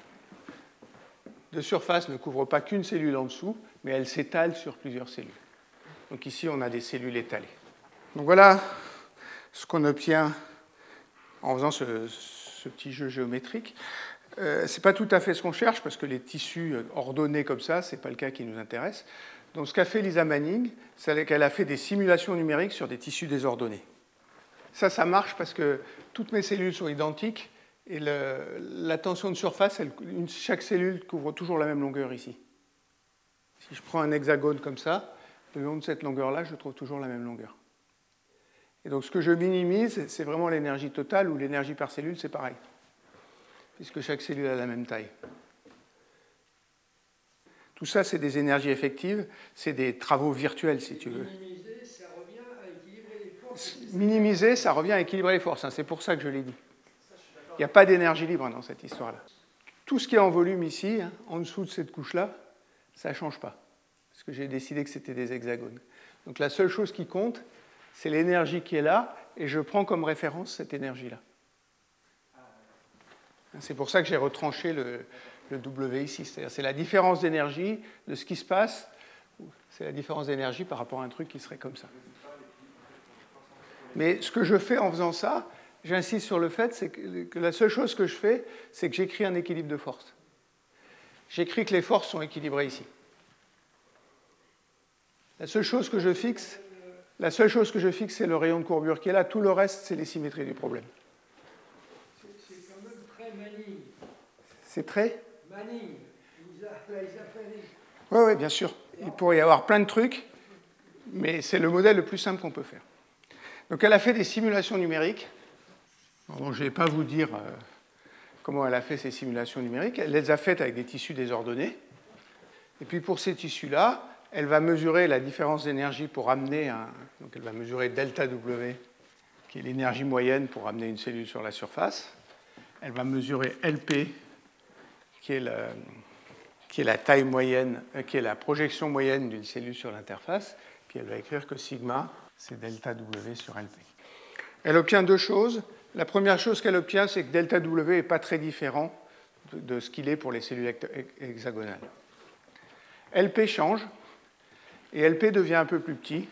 S2: de surface ne couvrent pas qu'une cellule en dessous, mais elles s'étalent sur plusieurs cellules. Donc ici, on a des cellules étalées. Donc voilà ce qu'on obtient en faisant ce, ce petit jeu géométrique. Euh, ce n'est pas tout à fait ce qu'on cherche, parce que les tissus ordonnés comme ça, ce n'est pas le cas qui nous intéresse. Donc ce qu'a fait Lisa Manning, c'est qu'elle a fait des simulations numériques sur des tissus désordonnés. Ça, ça marche parce que toutes mes cellules sont identiques, et le, la tension de surface, elle, une, chaque cellule couvre toujours la même longueur ici. Si je prends un hexagone comme ça, le long de cette longueur-là, je trouve toujours la même longueur. Et donc ce que je minimise, c'est vraiment l'énergie totale, ou l'énergie par cellule, c'est pareil, puisque chaque cellule a la même taille. Tout ça, c'est des énergies effectives, c'est des travaux virtuels, si tu veux.
S3: Minimiser, ça revient à équilibrer les forces.
S2: Minimiser, ça revient à équilibrer les forces, hein, c'est pour ça que je l'ai dit. Il n'y a pas d'énergie libre dans cette histoire-là. Tout ce qui est en volume ici, hein, en dessous de cette couche-là, ça ne change pas, parce que j'ai décidé que c'était des hexagones. Donc la seule chose qui compte, c'est l'énergie qui est là, et je prends comme référence cette énergie-là. C'est pour ça que j'ai retranché le, le W ici. C'est-à-dire c'est la différence d'énergie de ce qui se passe, c'est la différence d'énergie par rapport à un truc qui serait comme ça. Mais ce que je fais en faisant ça, j'insiste sur le fait c'est que, que la seule chose que je fais, c'est que j'écris un équilibre de force. J'écris que les forces sont équilibrées ici. La seule chose que je fixe, la seule chose que je fixe, c'est le rayon de courbure qui est là. Tout le reste, c'est les symétries du problème.
S3: C'est quand même très Manning.
S2: C'est très
S3: Manning. Ils appellent.
S2: Oui, oui, bien sûr. Il pourrait y avoir plein de trucs, mais c'est le modèle le plus simple qu'on peut faire. Donc elle a fait des simulations numériques. Bon, je ne vais pas vous dire euh, comment elle a fait ces simulations numériques. Elle les a faites avec des tissus désordonnés. Et puis pour ces tissus-là, elle va mesurer la différence d'énergie pour amener un... Donc elle va mesurer delta W, qui est l'énergie moyenne pour amener une cellule sur la surface. Elle va mesurer L P, qui est la, qui est la taille moyenne, euh, qui est la projection moyenne d'une cellule sur l'interface. Puis elle va écrire que sigma, c'est delta W sur L P. Elle obtient deux choses. La première chose qu'elle obtient, c'est que delta W n'est pas très différent de, de ce qu'il est pour les cellules hexagonales. L P change, et L P devient un peu plus petit.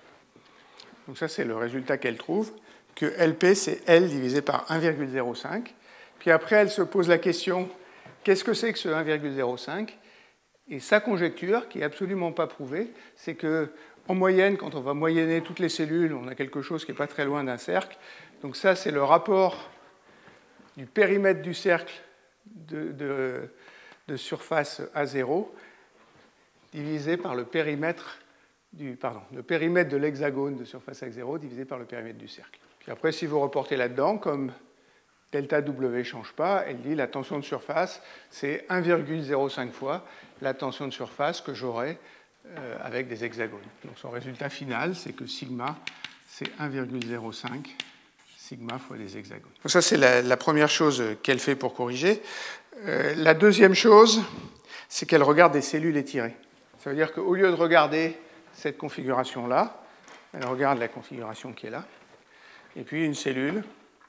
S2: Donc ça, c'est le résultat qu'elle trouve, que L P, c'est L divisé par un virgule zéro cinq. Puis après, elle se pose la question, qu'est-ce que c'est que ce un virgule zéro cinq? Et sa conjecture, qui n'est absolument pas prouvée, c'est que en moyenne, quand on va moyenner toutes les cellules, on a quelque chose qui n'est pas très loin d'un cercle. Donc ça, c'est le rapport du périmètre du cercle de, de, de surface A zéro divisé par le périmètre, du, pardon, le périmètre de l'hexagone de surface A zéro divisé par le périmètre du cercle. Puis après, si vous reportez là-dedans, comme delta W ne change pas, elle dit la tension de surface, c'est un virgule zéro cinq fois la tension de surface que j'aurai euh, avec des hexagones. Donc son résultat final, c'est que sigma, c'est un virgule zéro cinq sigma fois des hexagones. Donc ça, c'est la, la première chose qu'elle fait pour corriger. Euh, la deuxième chose, c'est qu'elle regarde des cellules étirées. Ça veut dire qu'au lieu de regarder cette configuration-là, elle regarde la configuration qui est là, et puis une cellule,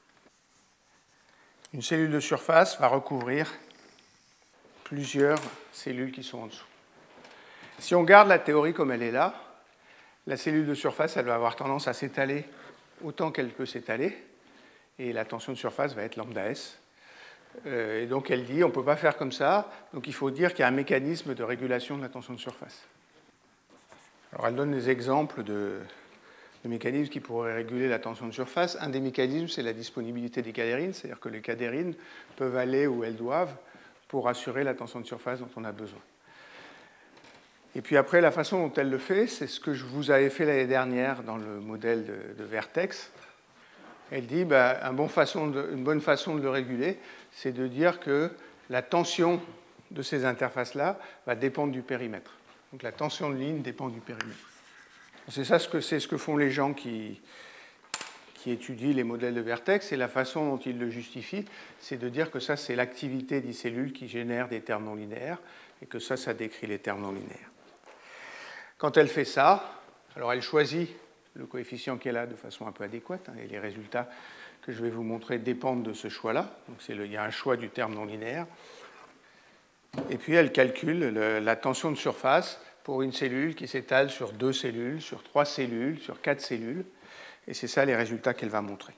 S2: une cellule de surface va recouvrir plusieurs cellules qui sont en dessous. Si on garde la théorie comme elle est là, la cellule de surface, elle va avoir tendance à s'étaler autant qu'elle peut s'étaler, et la tension de surface va être lambda S. Euh, et donc elle dit, on ne peut pas faire comme ça, donc il faut dire qu'il y a un mécanisme de régulation de la tension de surface. Alors elle donne des exemples de, de mécanismes qui pourraient réguler la tension de surface. Un des mécanismes, c'est la disponibilité des cadérines, c'est-à-dire que les cadérines peuvent aller où elles doivent pour assurer la tension de surface dont on a besoin. Et puis après, la façon dont elle le fait, c'est ce que je vous avais fait l'année dernière dans le modèle de, de Vertex. Elle dit ben, un bon façon de, une bonne façon de le réguler, c'est de dire que la tension de ces interfaces-là va dépendre du périmètre. Donc la tension de ligne dépend du périmètre. C'est ça ce que, c'est ce que font les gens qui, qui étudient les modèles de Vertex, et la façon dont ils le justifient, c'est de dire que ça, c'est l'activité des cellules qui génère des termes non linéaires, et que ça, ça décrit les termes non linéaires. Quand elle fait ça, alors elle choisit le coefficient qui est là de façon un peu adéquate, hein, et les résultats que je vais vous montrer dépendent de ce choix-là. Donc c'est le, il y a un choix du terme non linéaire. Et puis elle calcule le, la tension de surface pour une cellule qui s'étale sur deux cellules, sur trois cellules, sur quatre cellules. Et c'est ça les résultats qu'elle va montrer.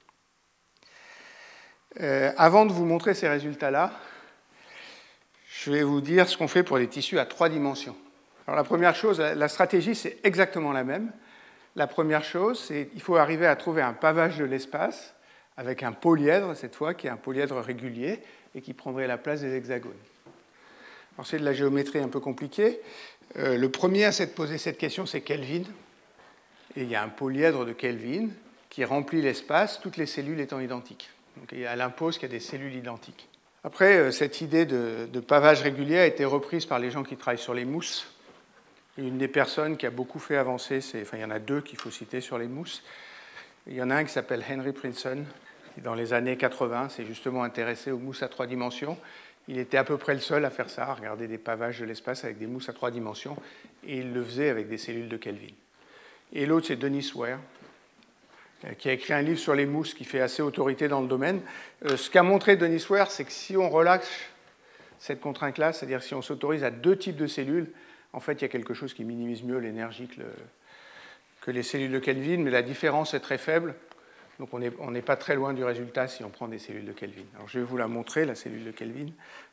S2: Euh, avant de vous montrer ces résultats-là, je vais vous dire ce qu'on fait pour les tissus à trois dimensions. Alors la première chose, la stratégie, c'est exactement la même. La première chose, c'est qu'il faut arriver à trouver un pavage de l'espace avec un polyèdre, cette fois, qui est un polyèdre régulier et qui prendrait la place des hexagones. Alors c'est de la géométrie un peu compliquée. Euh, le premier à s'être posé cette question, c'est Kelvin. Et il y a un polyèdre de Kelvin qui remplit l'espace, toutes les cellules étant identiques. Donc elle impose qu'il y a des cellules identiques. Après, cette idée de, de pavage régulier a été reprise par les gens qui travaillent sur les mousses. Et une des personnes qui a beaucoup fait avancer, c'est, enfin il y en a deux qu'il faut citer sur les mousses. Il y en a un qui s'appelle Henry Princeton, qui dans les années quatre-vingts s'est justement intéressé aux mousses à trois dimensions. Il était à peu près le seul à faire ça, à regarder des pavages de l'espace avec des mousses à trois dimensions, et il le faisait avec des cellules de Kelvin. et l'autre c'est Denis Ware, qui a écrit un livre sur les mousses qui fait assez autorité dans le domaine. Euh, ce qu'a montré Denis Ware, c'est que si on relâche cette contrainte-là, c'est-à-dire si on s'autorise à deux types de cellules, en fait, il y a quelque chose qui minimise mieux l'énergie que, le, que les cellules de Kelvin, mais la différence est très faible, donc on n'est on n'est pas très loin du résultat si on prend des cellules de Kelvin. Alors je vais vous la montrer, la cellule de Kelvin.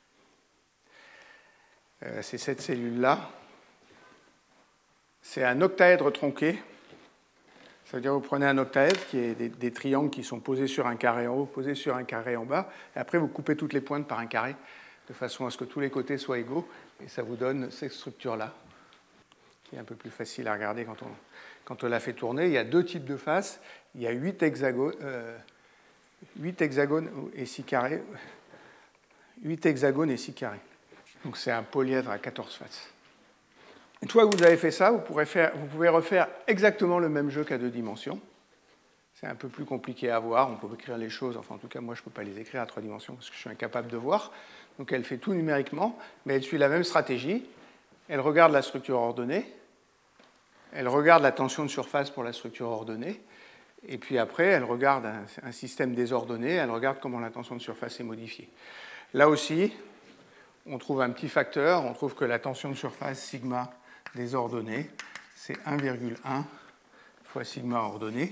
S2: Euh, c'est cette cellule-là. C'est un octaèdre tronqué. Ça veut dire que vous prenez un octaèdre, qui est des, des triangles qui sont posés sur un carré en haut, posés sur un carré en bas, et après vous coupez toutes les pointes par un carré, de façon à ce que tous les côtés soient égaux, et ça vous donne cette structure-là, qui est un peu plus facile à regarder quand on, quand on la fait tourner. Il y a deux types de faces, il y a huit hexagones, euh, huit hexagones et six carrés, huit hexagones et six carrés. Donc c'est un polyèdre à quatorze faces. Une fois que vous avez fait ça, vous, pourrez faire, vous pouvez refaire exactement le même jeu qu'à deux dimensions. C'est un peu plus compliqué à voir, on peut écrire les choses, enfin en tout cas moi je ne peux pas les écrire à trois dimensions parce que je suis incapable de voir. Donc elle fait tout numériquement, mais elle suit la même stratégie. Elle regarde la structure ordonnée, elle regarde la tension de surface pour la structure ordonnée, et puis après elle regarde un, un système désordonné, elle regarde comment la tension de surface est modifiée. Là aussi, on trouve un petit facteur, on trouve que la tension de surface sigma désordonnée, c'est un virgule un fois sigma ordonné.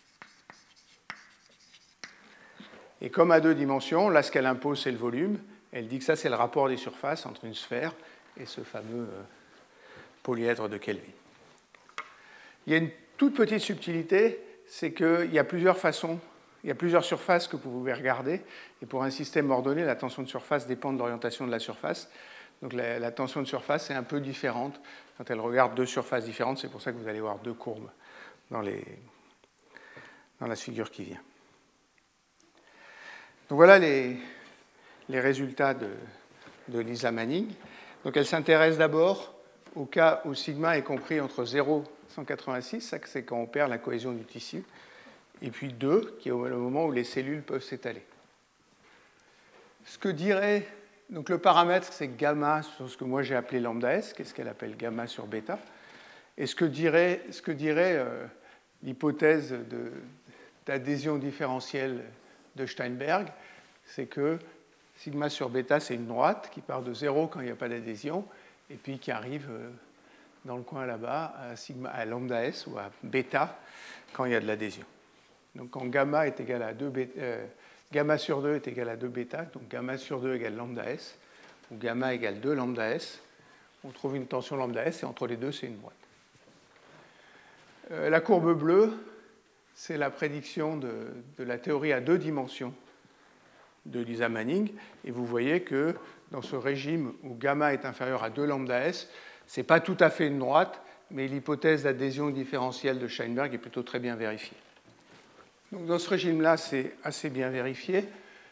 S2: Et comme à deux dimensions, là ce qu'elle impose c'est le volume, elle dit que ça c'est le rapport des surfaces entre une sphère et ce fameux euh, polyèdre de Kelvin. Il y a une toute petite subtilité, c'est qu'il y a plusieurs façons, il y a plusieurs surfaces que vous pouvez regarder, et pour un système ordonné, la tension de surface dépend de l'orientation de la surface. Donc la, la tension de surface est un peu différente quand elle regarde deux surfaces différentes, c'est pour ça que vous allez voir deux courbes dans, les, dans la figure qui vient. Donc voilà les, les résultats de, de Lisa Manning. Donc elle s'intéresse d'abord au cas où sigma est compris entre zéro et cent quatre-vingt-six, ça c'est quand on perd la cohésion du tissu, et puis deux, qui est le moment où les cellules peuvent s'étaler. Ce que dirait, donc le paramètre c'est gamma sur ce que moi j'ai appelé lambda S, qu'est-ce qu'elle appelle gamma sur bêta, et ce que dirait, ce que dirait euh, l'hypothèse de, d'adhésion différentielle de Steinberg, c'est que sigma sur bêta, c'est une droite qui part de zéro quand il n'y a pas d'adhésion, et puis qui arrive dans le coin là-bas à, sigma, à lambda S ou à bêta quand il y a de l'adhésion. Donc quand gamma est égal à deux bêta, euh, gamma sur deux est égal à deux bêta, donc gamma sur deux égale lambda S, ou gamma égale deux lambda S, on trouve une tension lambda S, et entre les deux, c'est une droite. Euh, la courbe bleue, c'est la prédiction de, de la théorie à deux dimensions de Lisa Manning, et vous voyez que dans ce régime où gamma est inférieur à deux lambda S, ce n'est pas tout à fait une droite, mais l'hypothèse d'adhésion différentielle de Steinberg est plutôt très bien vérifiée. Donc dans ce régime-là, c'est assez bien vérifié.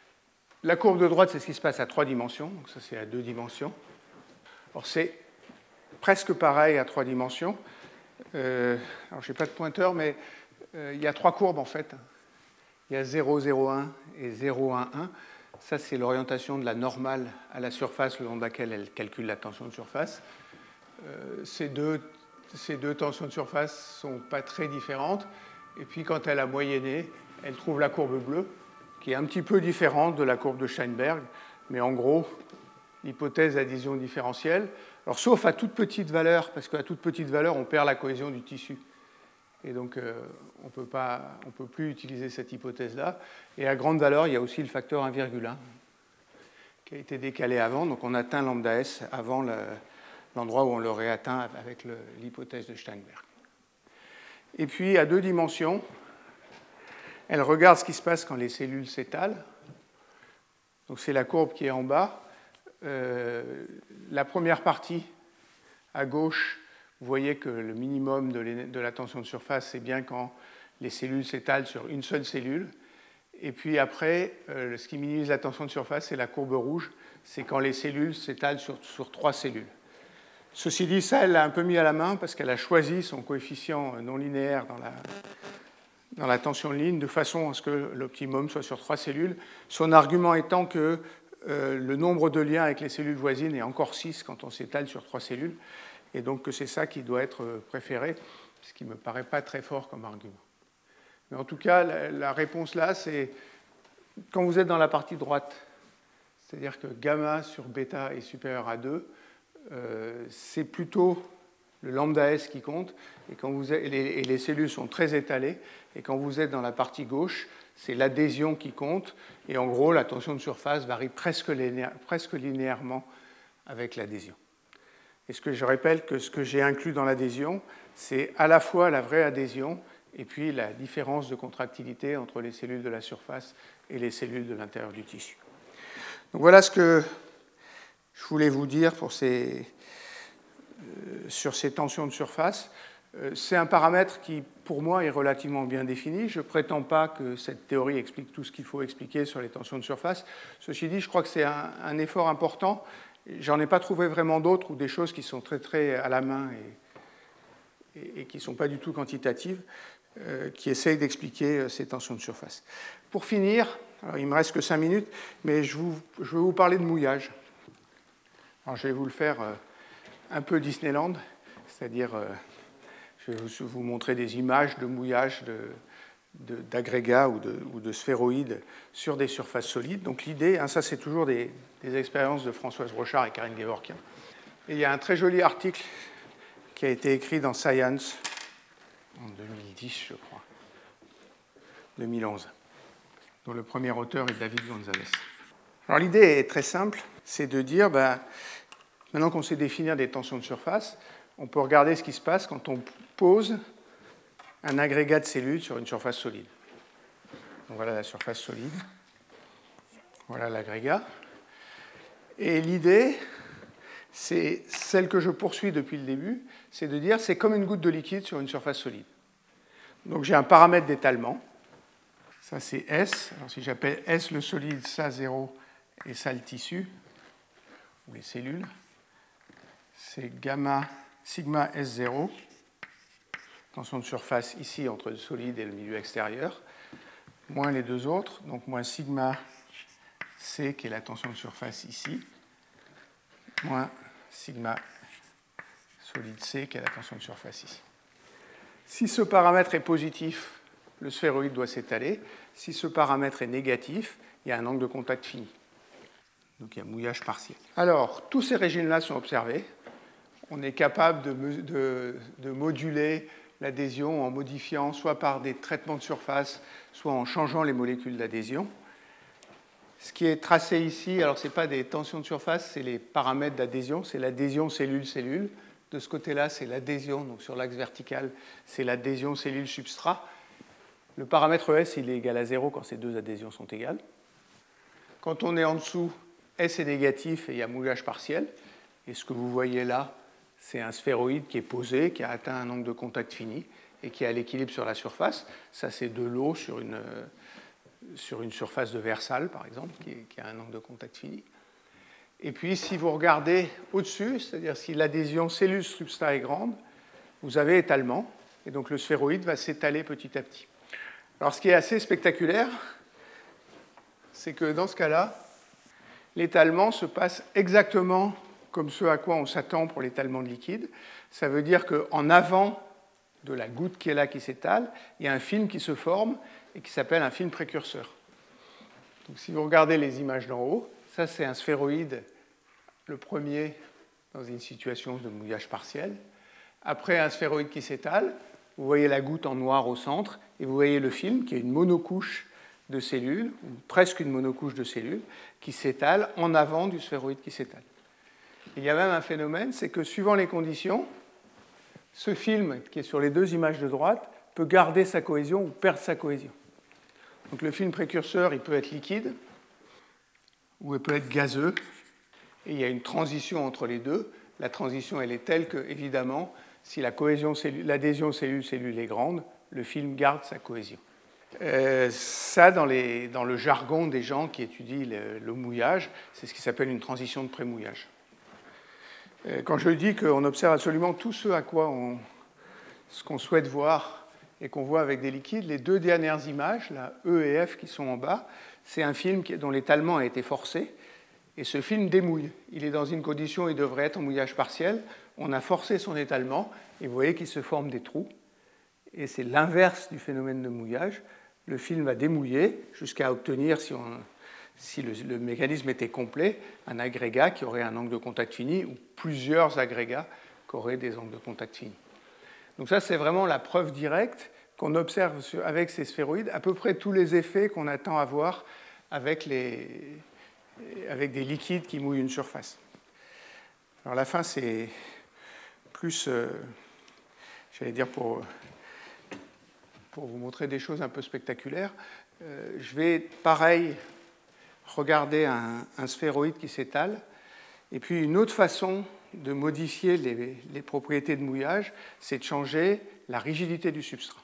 S2: La courbe de droite, c'est ce qui se passe à trois dimensions, donc ça c'est à deux dimensions. Alors c'est presque pareil à trois dimensions. Euh, alors je n'ai pas de pointeur, mais euh, il y a trois courbes en fait. Il y a zéro, zéro, un et zéro, un, un. Ça, c'est l'orientation de la normale à la surface le long de laquelle elle calcule la tension de surface. Euh, ces, deux, ces deux tensions de surface ne sont pas très différentes. Et puis, quand elle a moyenné, elle trouve la courbe bleue, qui est un petit peu différente de la courbe de Steinberg. Mais en gros, l'hypothèse d'adhésion différentielle, alors sauf à toute petite valeur, parce qu'à toute petite valeur, on perd la cohésion du tissu. Et donc, euh, on ne peut plus utiliser cette hypothèse-là. Et à grande valeur, il y a aussi le facteur un virgule un qui a été décalé avant. Donc, on atteint lambda S avant le, l'endroit où on l'aurait atteint avec le, l'hypothèse de Steinberg. Et puis, à deux dimensions, elle regarde ce qui se passe quand les cellules s'étalent. Donc, c'est la courbe qui est en bas. Euh, la première partie, à gauche, vous voyez que le minimum de la tension de surface, c'est bien quand les cellules s'étalent sur une seule cellule. Et puis après, euh, ce qui minimise la tension de surface, c'est la courbe rouge, c'est quand les cellules s'étalent sur, sur trois cellules. Ceci dit, ça, elle l'a un peu mis à la main parce qu'elle a choisi son coefficient non linéaire dans la, dans la tension de ligne de façon à ce que l'optimum soit sur trois cellules. Son argument étant que euh, le nombre de liens avec les cellules voisines est encore six quand on s'étale sur trois cellules. Et donc que c'est ça qui doit être préféré. ce qui ne me paraît pas très fort comme argument. Mais en tout cas, la, la réponse là, c'est quand vous êtes dans la partie droite, c'est-à-dire que gamma sur bêta est supérieur à deux, euh, c'est plutôt le lambda S qui compte, et, quand vous êtes, et, les, et les cellules sont très étalées, et quand vous êtes dans la partie gauche, c'est l'adhésion qui compte, et en gros, la tension de surface varie presque, linéa, presque linéairement avec l'adhésion. Et ce que je rappelle que ce que j'ai inclus dans l'adhésion, c'est à la fois la vraie adhésion et puis la différence de contractilité entre les cellules de la surface et les cellules de l'intérieur du tissu. Donc voilà ce que je voulais vous dire pour ces, euh, sur ces tensions de surface. Euh, c'est un paramètre qui, pour moi, est relativement bien défini. Je ne prétends pas que cette théorie explique tout ce qu'il faut expliquer sur les tensions de surface. Ceci dit, je crois que c'est un, un effort important. J'en ai pas trouvé vraiment d'autres ou des choses qui sont très très à la main et, et, et qui ne sont pas du tout quantitatives, euh, qui essayent d'expliquer ces tensions de surface. Pour finir, alors il ne me reste que cinq minutes, mais je, vous, je vais vous parler de mouillage. Alors je vais vous le faire euh, un peu Disneyland, c'est-à-dire euh, je vais vous montrer des images de mouillage de, de, d'agrégats ou de, ou de sphéroïdes sur des surfaces solides. Donc l'idée, hein, ça c'est toujours des, des expériences de Françoise Brochard et Karine Gevorkian. Et il y a un très joli article qui a été écrit dans Science en deux mille dix, je crois, deux mille onze, dont le premier auteur est David Gonzalez. Alors l'idée est très simple, c'est de dire, ben, maintenant qu'on sait définir des tensions de surface, on peut regarder ce qui se passe quand on pose un agrégat de cellules sur une surface solide. Donc voilà la surface solide, voilà l'agrégat. Et l'idée, c'est celle que je poursuis depuis le début, c'est de dire c'est comme une goutte de liquide sur une surface solide. Donc j'ai un paramètre d'étalement, ça c'est S. Alors si j'appelle S le solide, ça zéro et ça le tissu, ou les cellules, c'est gamma sigma S zéro, tension de surface ici entre le solide et le milieu extérieur, moins les deux autres, donc moins sigma C qui est la tension de surface ici, moins sigma solide C qui est la tension de surface ici. Si ce paramètre est positif, le sphéroïde doit s'étaler. Si ce paramètre est négatif, il y a un angle de contact fini. Donc il y a mouillage partiel. Alors, tous ces régimes-là sont observés. On est capable de, de, de moduler l'adhésion en modifiant soit par des traitements de surface, soit en changeant les molécules d'adhésion. Ce qui est tracé ici, alors ce n'est pas des tensions de surface, c'est les paramètres d'adhésion, c'est l'adhésion cellule-cellule. De ce côté-là, c'est l'adhésion, donc sur l'axe vertical, c'est l'adhésion cellule-substrat. Le paramètre S, il est égal à zéro quand ces deux adhésions sont égales. Quand on est en dessous, S est négatif et il y a mouillage partiel. Et ce que vous voyez là, c'est un sphéroïde qui est posé, qui a atteint un angle de contact fini et qui est à l'équilibre sur la surface. Ça, c'est de l'eau sur une, sur une surface de verre sale, par exemple, qui, est, qui a un angle de contact fini. Et puis, si vous regardez au-dessus, c'est-à-dire si l'adhésion cellule-substrat est grande, vous avez étalement, et donc le sphéroïde va s'étaler petit à petit. Alors, ce qui est assez spectaculaire, c'est que dans ce cas-là, l'étalement se passe exactement comme ce à quoi on s'attend pour l'étalement de liquide. Ça veut dire qu'en avant de la goutte qui est là, qui s'étale, il y a un film qui se forme et qui s'appelle un film précurseur. Donc, si vous regardez les images d'en haut, ça, c'est un sphéroïde, le premier, dans une situation de mouillage partiel. Après, un sphéroïde qui s'étale. Vous voyez la goutte en noir au centre, et vous voyez le film, qui est une monocouche de cellules, ou presque une monocouche de cellules, qui s'étale en avant du sphéroïde qui s'étale. Il y a même un phénomène, c'est que suivant les conditions, ce film, qui est sur les deux images de droite, peut garder sa cohésion ou perdre sa cohésion. Donc le film précurseur, il peut être liquide, ou il peut être gazeux, et il y a une transition entre les deux. La transition, elle est telle que, évidemment, si la cohésion cellule, l'adhésion cellule-cellule est grande, le film garde sa cohésion. Euh, ça, dans, les, dans le jargon des gens qui étudient le, le mouillage, c'est ce qui s'appelle une transition de pré-mouillage. Euh, quand je dis qu'on observe absolument tout ce à quoi on, ce qu'on souhaite voir et qu'on voit avec des liquides, les deux dernières images, là, E et F qui sont en bas, c'est un film qui, dont l'étalement a été forcé, et ce film démouille. Il est dans une condition où il devrait être en mouillage partiel. On a forcé son étalement, et vous voyez qu'il se forme des trous. et c'est l'inverse du phénomène de mouillage. Le film va démouiller jusqu'à obtenir, si, on, si le, le mécanisme était complet, un agrégat qui aurait un angle de contact fini ou plusieurs agrégats qui auraient des angles de contact finis. Donc ça, c'est vraiment la preuve directe qu'on observe sur, avec ces sphéroïdes, à peu près tous les effets qu'on attend avoir avec, les, avec des liquides qui mouillent une surface. Alors la fin, c'est plus, euh, j'allais dire, pour, pour vous montrer des choses un peu spectaculaires. Euh, je vais, pareil, regarder un, un sphéroïde qui s'étale, et puis une autre façon de modifier les, les propriétés de mouillage, c'est de changer la rigidité du substrat.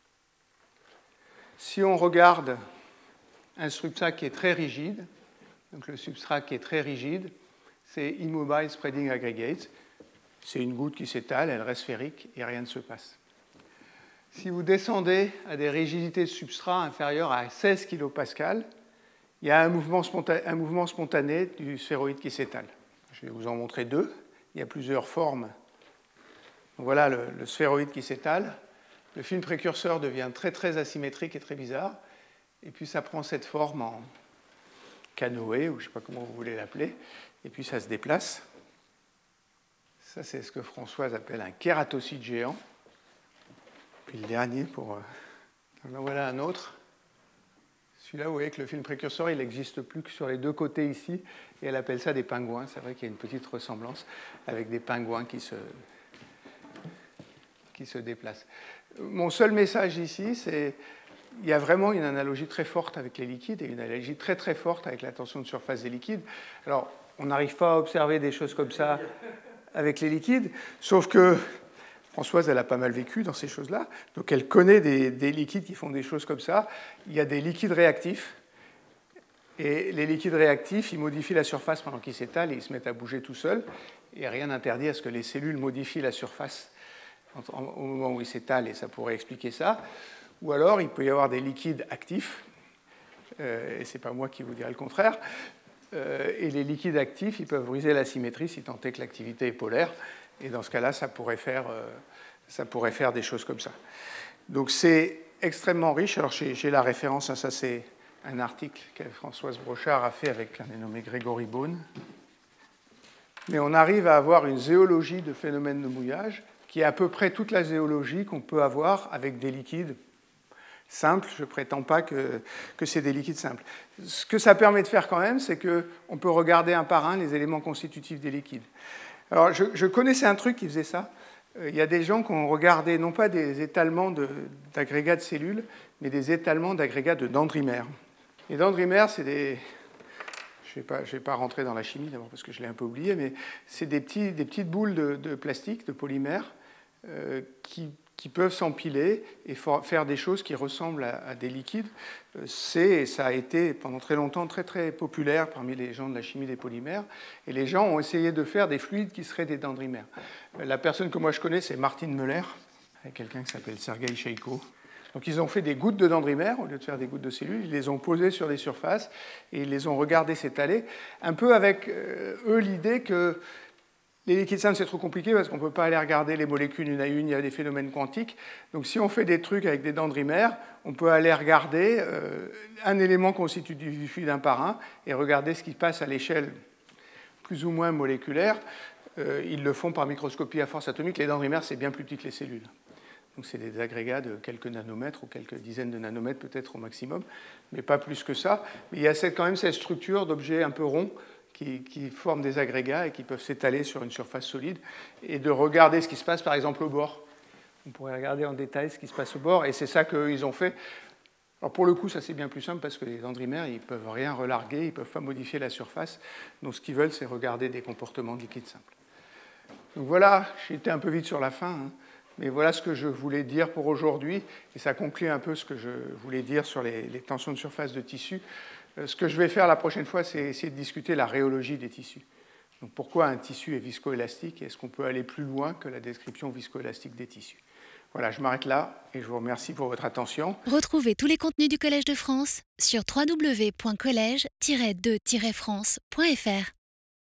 S2: Si on regarde un substrat qui est très rigide, donc le substrat qui est très rigide, c'est Immobile Spreading Aggregates. C'est une goutte qui s'étale, elle reste sphérique et rien ne se passe. Si vous descendez à des rigidités de substrat inférieures à seize kilopascals, il y a un mouvement spontané, un mouvement spontané du sphéroïde qui s'étale. Je vais vous en montrer deux. Il y a plusieurs formes. Donc voilà le, le sphéroïde qui s'étale. Le film précurseur devient très très asymétrique et très bizarre. Et puis ça prend cette forme en canoë, ou je ne sais pas comment vous voulez l'appeler, et puis ça se déplace. Ça, c'est ce que Françoise appelle un kératocyte géant. Puis le dernier, pour... Donc voilà un autre. Celui-là, vous voyez que le film précurseur, il n'existe plus que sur les deux côtés ici, et elle appelle ça des pingouins. C'est vrai qu'il y a une petite ressemblance avec des pingouins qui se, qui se déplacent. Mon seul message ici, c'est qu'il y a vraiment une analogie très forte avec les liquides et une analogie très très forte avec la tension de surface des liquides. Alors, on n'arrive pas à observer des choses comme ça avec les liquides, sauf que Françoise, elle a pas mal vécu dans ces choses-là, donc elle connaît des, des liquides qui font des choses comme ça. Il y a des liquides réactifs, et les liquides réactifs, ils modifient la surface pendant qu'ils s'étalent et ils se mettent à bouger tout seuls, et rien n'interdit à ce que les cellules modifient la surface au moment où ils s'étalent, et ça pourrait expliquer ça. Ou alors, il peut y avoir des liquides actifs, euh, et ce n'est pas moi qui vous dirai le contraire, euh, et les liquides actifs, ils peuvent briser la symétrie si tant est que l'activité est polaire. Et dans ce cas-là, ça pourrait faire, euh, ça pourrait faire des choses comme ça. Donc c'est extrêmement riche. Alors j'ai, j'ai la référence, hein, ça c'est un article que Françoise Brochard a fait avec un dénommé Grégory Beaune. Mais on arrive à avoir une zéologie de phénomènes de mouillage qui est à peu près toute la zéologie qu'on peut avoir avec des liquides simples. Je ne prétends pas que, que c'est des liquides simples. Ce que ça permet de faire quand même, c'est qu'on peut regarder un par un les éléments constitutifs des liquides. Alors, je, je connaissais un truc qui faisait ça. Euh, il y a des gens qui ont regardé non pas des étalements de, d'agrégats de cellules, mais des étalements d'agrégats de dendrimères. Les dendrimères, c'est des... Je ne vais, vais pas rentrer dans la chimie d'abord parce que je l'ai un peu oublié, mais c'est des, petits, des petites boules de, de plastique, de polymère, euh, qui, qui peuvent s'empiler et for, faire des choses qui ressemblent à, à des liquides. C'est, ça a été pendant très longtemps très très populaire parmi les gens de la chimie des polymères, et les gens ont essayé de faire des fluides qui seraient des dendrimères. La personne que moi je connais, c'est Martin Müller, avec quelqu'un qui s'appelle Sergei Cheïko. Donc ils ont fait des gouttes de dendrimères au lieu de faire des gouttes de cellules, ils les ont posées sur des surfaces et ils les ont regardées s'étaler, un peu avec euh, eux l'idée que les liquides simples, c'est trop compliqué parce qu'on ne peut pas aller regarder les molécules une à une, il y a des phénomènes quantiques. Donc si on fait des trucs avec des dendrimères, on peut aller regarder euh, un élément constitué du fluide un par un et regarder ce qui se passe à l'échelle plus ou moins moléculaire. Euh, ils le font par microscopie à force atomique. Les dendrimères, c'est bien plus petit que les cellules. Donc c'est des agrégats de quelques nanomètres ou quelques dizaines de nanomètres peut-être au maximum, mais pas plus que ça. Mais il y a cette, quand même cette structure d'objets un peu ronds qui, qui forment des agrégats et qui peuvent s'étaler sur une surface solide, et de regarder ce qui se passe par exemple au bord. On pourrait regarder en détail ce qui se passe au bord, et c'est ça qu'ils ont fait. Alors pour le coup, ça c'est bien plus simple parce que les dendrimères, ils ne peuvent rien relarguer, ils ne peuvent pas modifier la surface. Donc ce qu'ils veulent, c'est regarder des comportements de liquides simples. Donc voilà, j'ai été un peu vite sur la fin, hein. Mais voilà ce que je voulais dire pour aujourd'hui, et ça conclut un peu ce que je voulais dire sur les, les tensions de surface de tissus. Euh, ce que je vais faire la prochaine fois, c'est essayer de discuter la rhéologie des tissus. Donc pourquoi un tissu est viscoélastique, et est-ce qu'on peut aller plus loin que la description viscoélastique des tissus? Voilà, je m'arrête là, et je vous remercie pour votre attention.
S1: Retrouvez tous les contenus du Collège de France sur w w w point collège tiret de tiret france point f r.